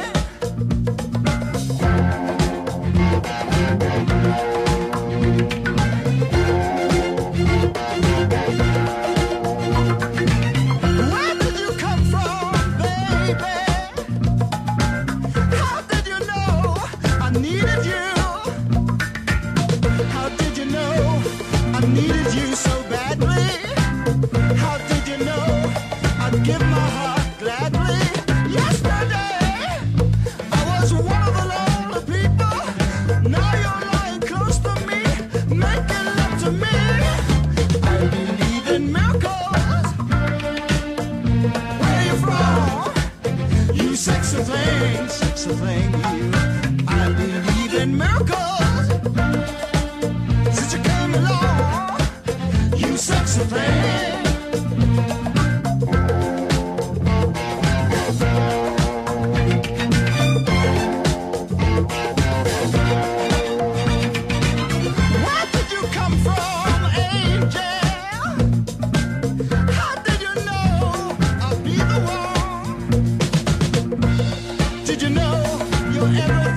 [SPEAKER 11] Where did you come from, baby? How did you know I needed you? How did you know I needed you so badly? How did you know I'd give my heart gladly? Yesterday I was one of the lonely people. Now you're lying close to me, making love to me. I believe in miracles. Where you from? You sexy thing, you. I believe in miracles. Since you came along, you sexy thing. Where did you come from, angel? How did you know I'll be the one? Did you know you're everything?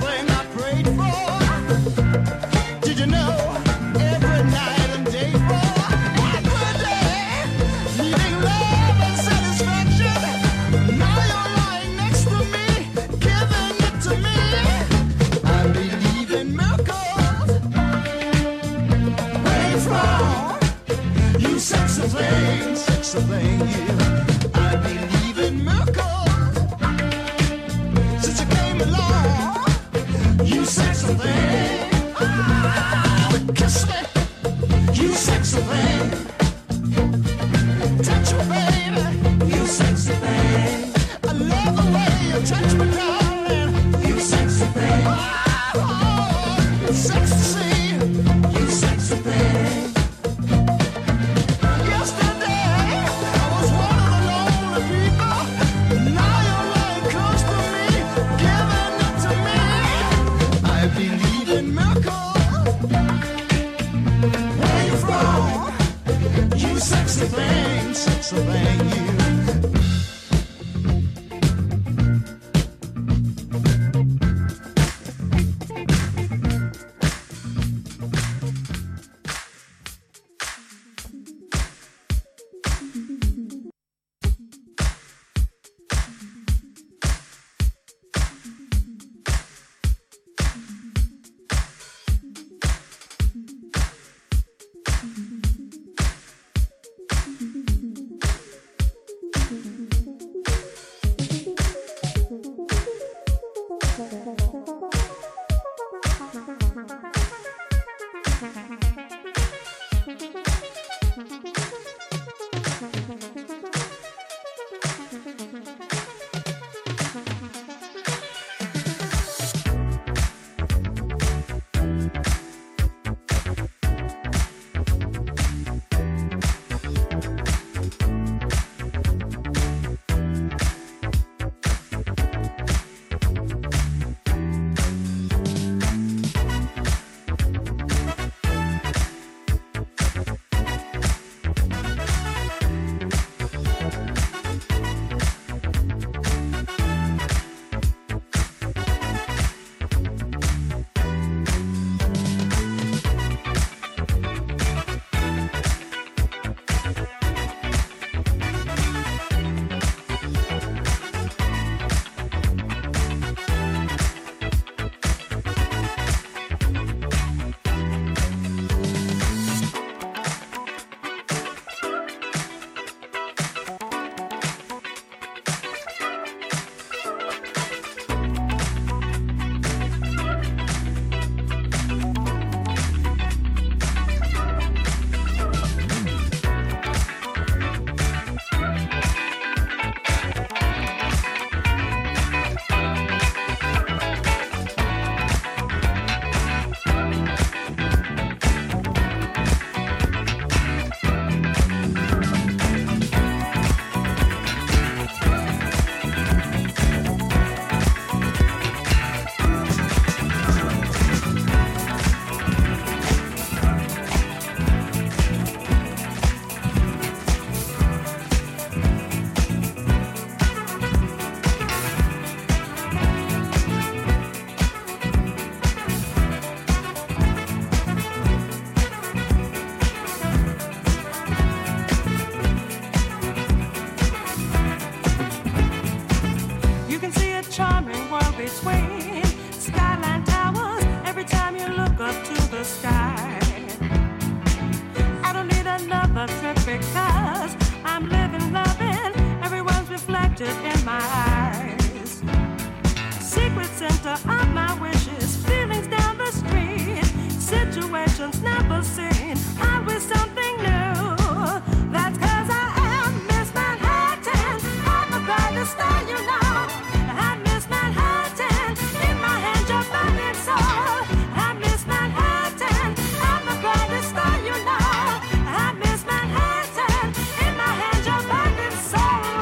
[SPEAKER 12] center of my wishes. Feelings down the street, situations never seen. Always something new. That's 'cause I am Miss Manhattan. I'm the brightest star, you know. I'm Miss Manhattan. In my hand, your burning soul. I'm Miss Manhattan. I'm the brightest star, you know. I'm Miss Manhattan. In my hand, your burning soul.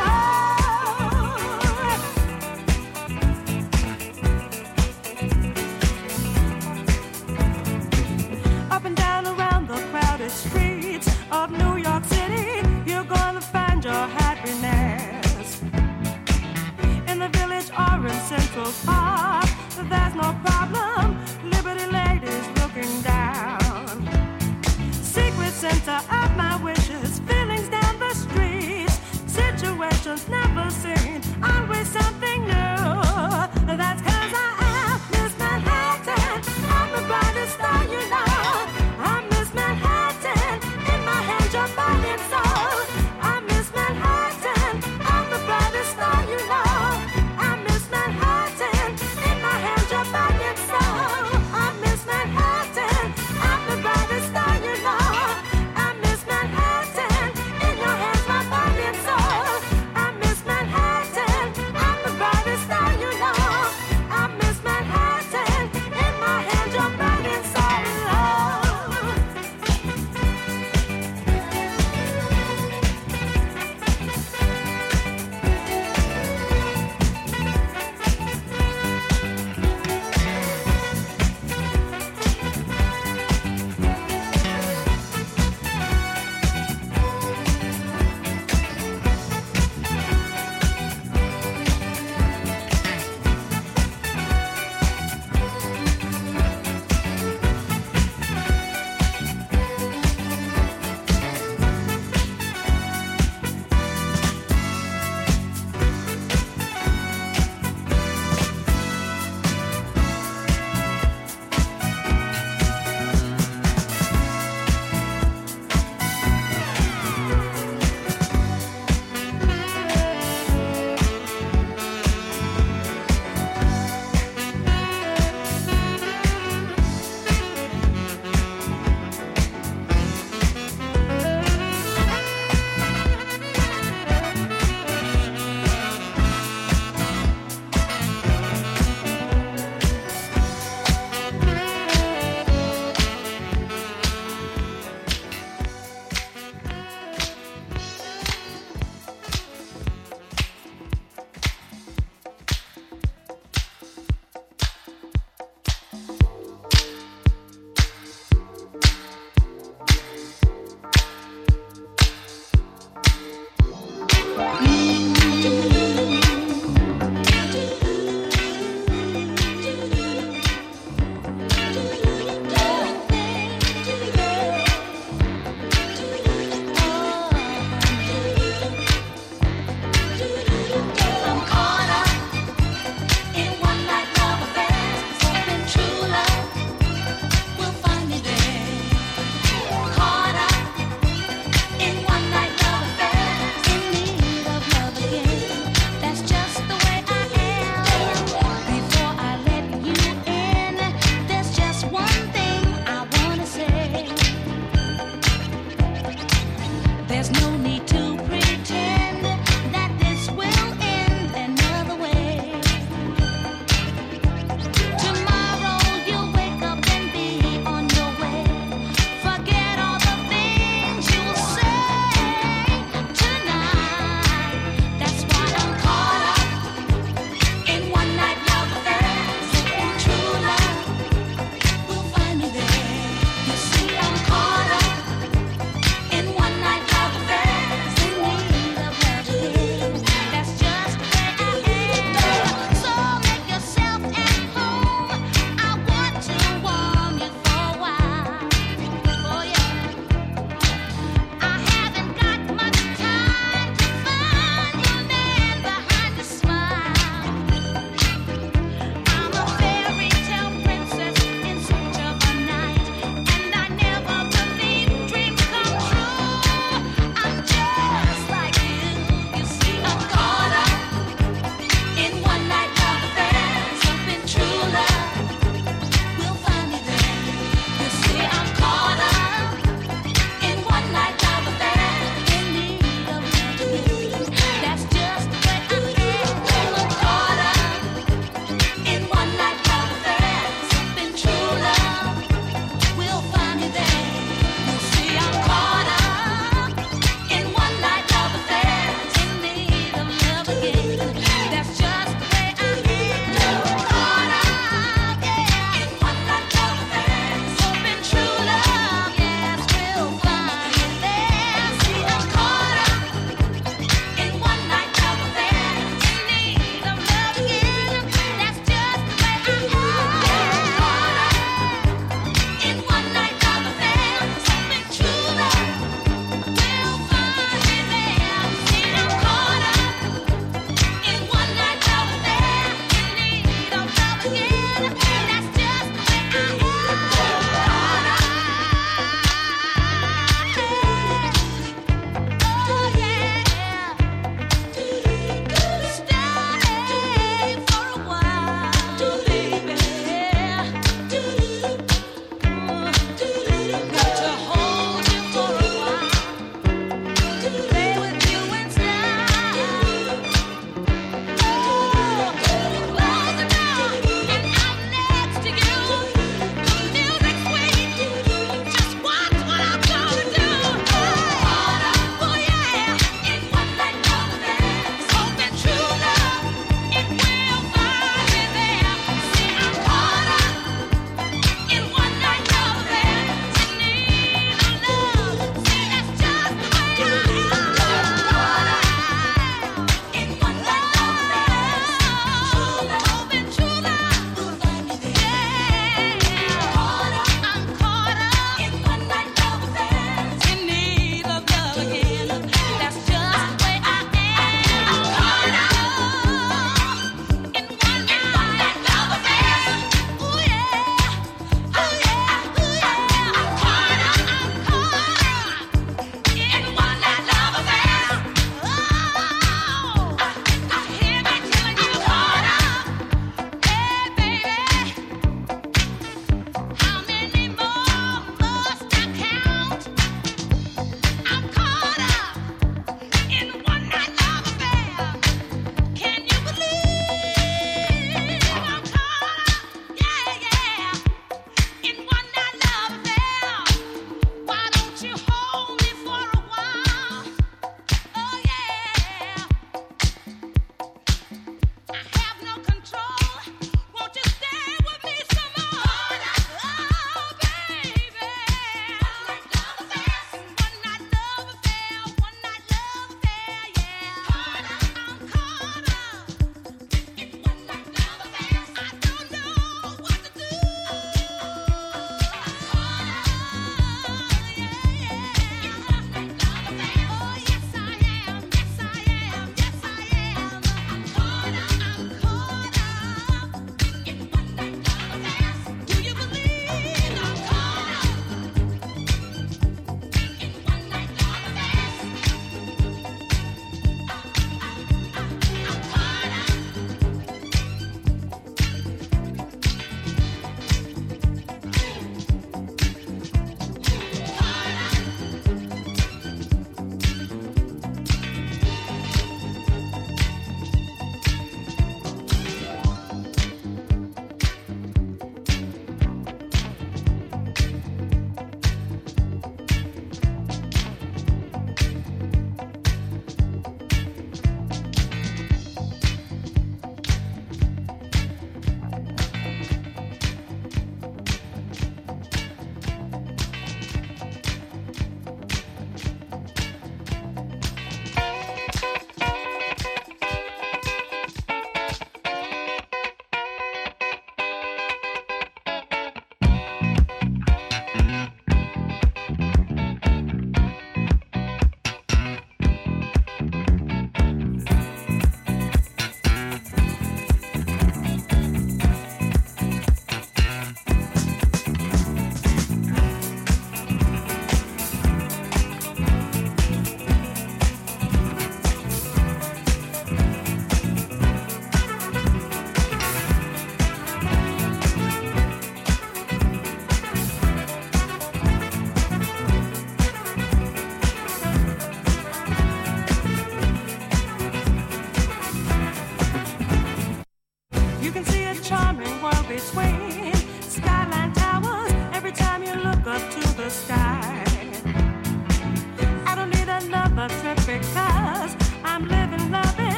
[SPEAKER 12] Up and down around the crowd.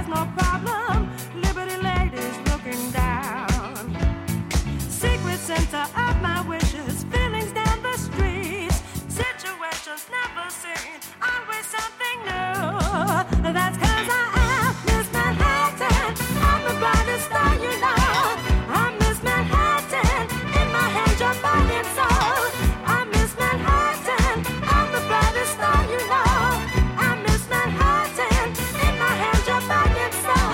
[SPEAKER 12] no problem. Liberty ladies looking down. Secret center of my wishes, feelings down the streets, situations never seen, always something new. That's 'cause I am Miss Manhattan. I'm the brightest star, you know. I'm Miss Manhattan. In my hand, your body and soul. I'm Miss Manhattan. I'm the brightest star, you know. I'm Miss Manhattan. In my hand, your body and soul.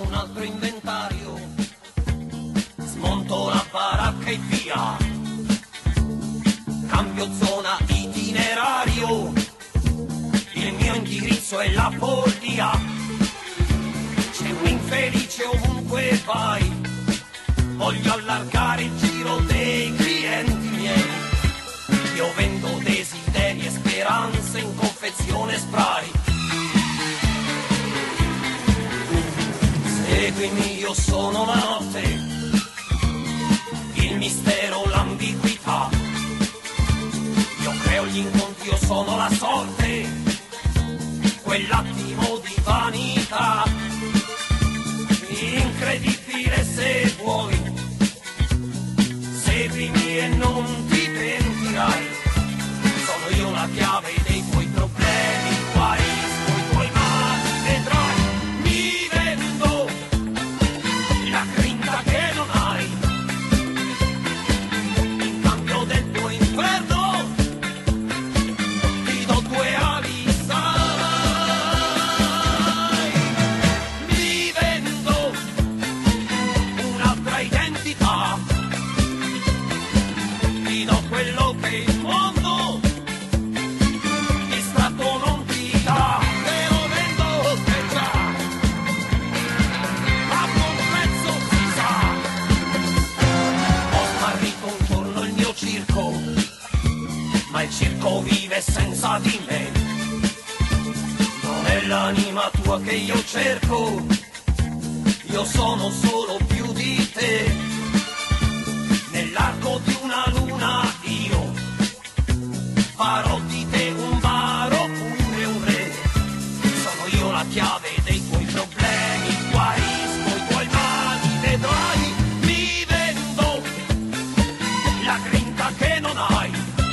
[SPEAKER 13] un altro inventario, smonto la baracca e via, cambio zona itinerario, il mio indirizzo è la follia, c'è un infelice ovunque vai, voglio allargare il giro dei clienti miei, io vendo desideri e speranze in confezione spray. Seguimi, io sono la notte, il mistero, l'ambiguità, io creo gli incontri, io sono la sorte, quell'attimo di vanità, incredibile se vuoi, seguimi e non ti pentirai, sono io la chiave dei tuoi problemi, guarisco i tuoi mali, vedrai, mi vendo la grinta che non hai, in cambio del tuo inferno ti do 2 ali, sai, mi vendo un'altra identità, ti do quello che il mondo distratto non ti dà, te lo vendo che già a buon prezzo si sa, ho smarrito intorno il mio circo, ma il circo vive senza di me, non è l'anima tua che io cerco, io sono solo più di te, nell'arco di una luna io farò di te un baro pure un re, sono io la chiave dei tuoi problemi, guarisco i tuoi mali, vedrai, mi vendo la grinta che non hai,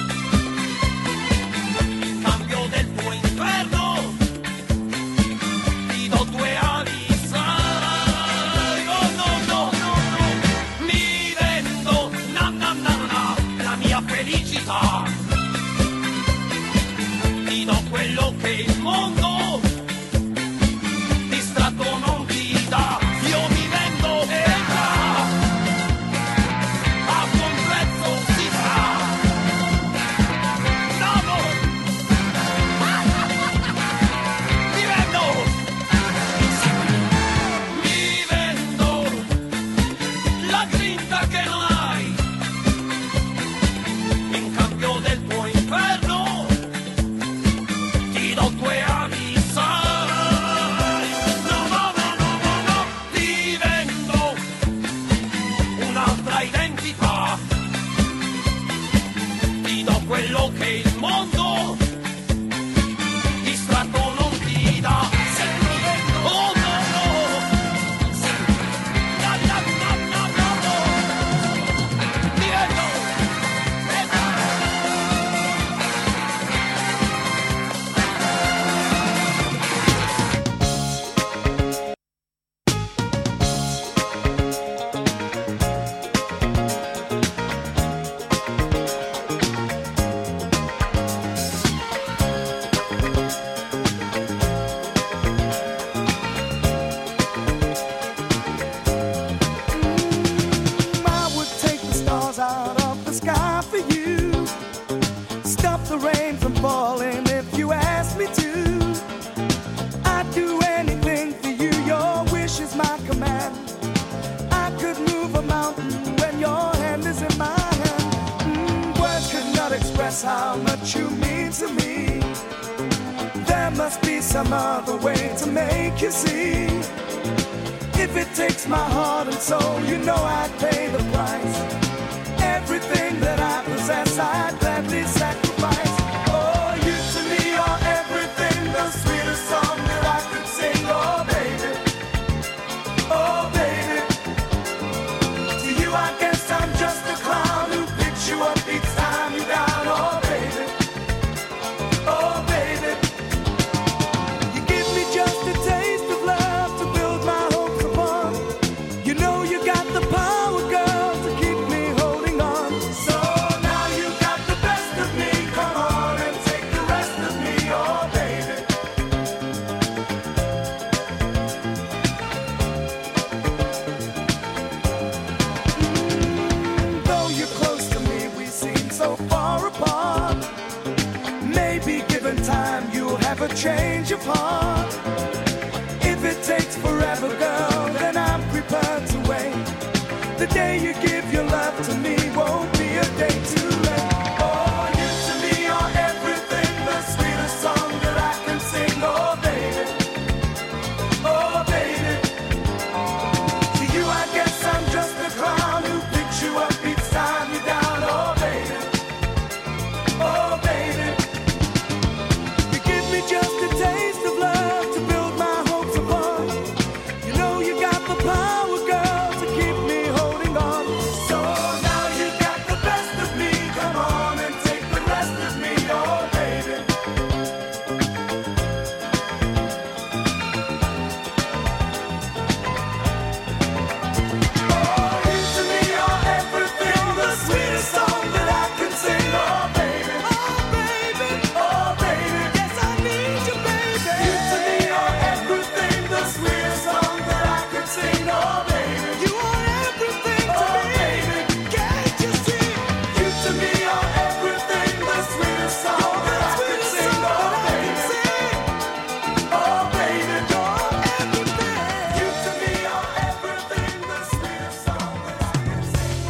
[SPEAKER 13] in cambio del tuo inferno ti do 2 ali, sai, oh no no no no, mi vendo na na na na la mia felicità, ti do quello che il mondo distratto non ti dà, io mi vendo e già a buon prezzo si fa, no no, mi vendo la grinta che non hai, in cambio del tuo inferno ti do 2 ali, sai, no no no no no no, ti vendo un'altra identità, ti do quello che il mondo distratto non ti dà, se lo vendo, oh no no, se, la la la la la no, ti vendo,
[SPEAKER 11] I would take the stars out of the sky for you, stop the rain from falling if you ask me to. I'd do anything for you, your wish is my command. I could move a mountain when your hand is in my hand. Words could not express how much you mean to me. There must be some other way to make you see. If it takes my heart and soul, you know I'd pay the price. Everything that I possess, I'd gladly sacrifice. Oh, you to me are everything, the sweetest song that I could sing. Oh, baby, oh, baby. To you, I guess I'm just a clown who picks you up each time you're down. Oh, baby, oh, baby. You give me just a taste of love to build my hopes upon. You know you got the power, girl, change of heart. If it takes forever, girl, then I'm prepared to wait. The day you give your love to me won't be a day too late. Oh, you to me are everything, the sweetest song that I can sing. Oh, baby, oh, baby. To you I guess I'm just a clown who picks you up each time you're down. Oh, baby, oh, baby. You give me just a taste of love to build my hopes upon. You know you got the power, girl, to keep me holding on. So now you got the best of me. Come on and take the rest of me, oh, baby. Oh, you to me are everything, the sweetest song that I can sing. Oh, baby, oh, baby, oh, baby. Yes, I need you, baby. You to me are everything, the sweetest song that I can sing. Oh, baby, you are everything to me. Baby, can't you see? You to me are everything, the sweetest song that I can sing. Oh, baby, oh, baby, you're everything. You to me are everything, the sweetest song that I can sing.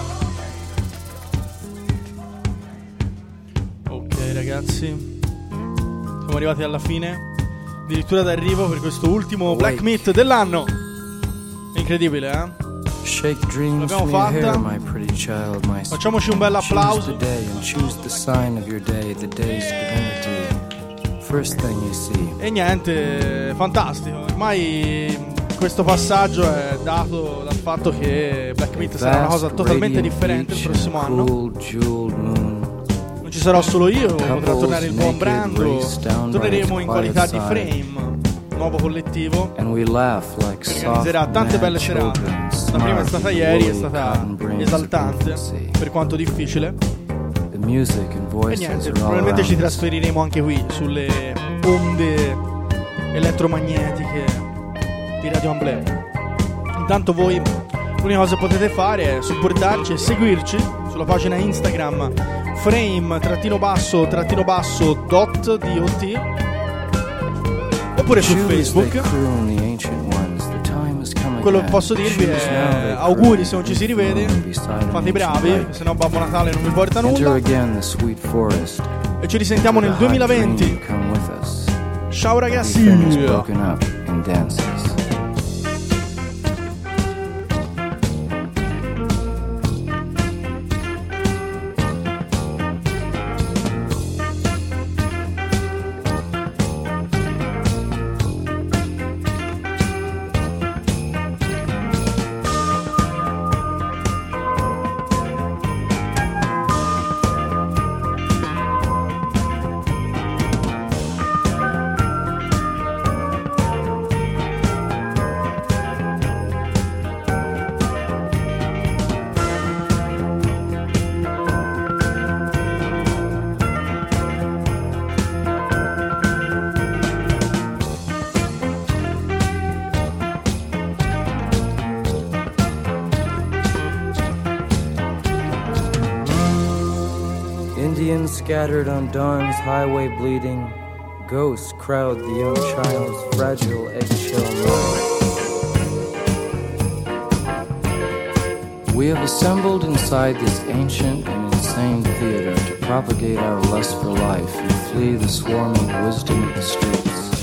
[SPEAKER 1] Ok ragazzi, siamo arrivati alla fine, addirittura d'arrivo per questo ultimo Black Meat dell'anno. Incredibile, eh?
[SPEAKER 14] Shake dreams
[SPEAKER 1] L'abbiamo
[SPEAKER 14] from your hair,
[SPEAKER 1] fatta.
[SPEAKER 14] my pretty child, my
[SPEAKER 1] Facciamoci un bel applauso.
[SPEAKER 14] Choose the day and choose the sign of your day, the day's divinity. First thing you see.
[SPEAKER 1] E niente, fantastico. Ormai questo passaggio è dato dal fatto che Black Meat sarà una cosa totalmente differente il prossimo anno.
[SPEAKER 14] Cool jeweled moon.
[SPEAKER 1] Non ci sarò solo io, potrà tornare il buon Brando. Torneremo in qualità di Frame, nuovo collettivo,
[SPEAKER 14] And we laugh like
[SPEAKER 1] che
[SPEAKER 14] soft
[SPEAKER 1] organizzerà tante
[SPEAKER 14] mad
[SPEAKER 1] belle serate.
[SPEAKER 14] children,
[SPEAKER 1] La prima è
[SPEAKER 14] smart
[SPEAKER 1] stata
[SPEAKER 14] with
[SPEAKER 1] ieri, è
[SPEAKER 14] woolly
[SPEAKER 1] stata
[SPEAKER 14] cotton brains
[SPEAKER 1] esaltante,
[SPEAKER 14] of infancy.
[SPEAKER 1] per quanto difficile.
[SPEAKER 14] The music and
[SPEAKER 1] E
[SPEAKER 14] voices
[SPEAKER 1] niente,
[SPEAKER 14] are all
[SPEAKER 1] probabilmente ci
[SPEAKER 14] around us.
[SPEAKER 1] trasferiremo anche qui sulle onde elettromagnetiche di Radio Amblè. Intanto voi l'unica cosa che potete fare è supportarci e seguirci sulla pagina Instagram frame_dot oppure su
[SPEAKER 14] Shoes they
[SPEAKER 1] Facebook.
[SPEAKER 14] croon, the ancient ones, the time has come
[SPEAKER 1] Quello che
[SPEAKER 14] again.
[SPEAKER 1] posso dirvi
[SPEAKER 14] Shoes now
[SPEAKER 1] è
[SPEAKER 14] they
[SPEAKER 1] auguri se
[SPEAKER 14] croon,
[SPEAKER 1] non ci si
[SPEAKER 14] they
[SPEAKER 1] rivede,
[SPEAKER 14] croon beside an
[SPEAKER 1] fate i
[SPEAKER 14] ancient
[SPEAKER 1] bravi,
[SPEAKER 14] light.
[SPEAKER 1] se no Babbo Natale non vi porta
[SPEAKER 14] Enter
[SPEAKER 1] nulla.
[SPEAKER 14] again the sweet forest.
[SPEAKER 1] E ci risentiamo nel
[SPEAKER 14] The hot
[SPEAKER 1] 2020.
[SPEAKER 14] dream come with us.
[SPEAKER 1] Ciao ragazzi.
[SPEAKER 14] Everything is broken up in dances. Indians scattered on dawn's highway bleeding. Ghosts crowd the young child's fragile eggshell mind. We have assembled inside this ancient and insane theater to propagate our lust for life and flee the swarming wisdom of the streets.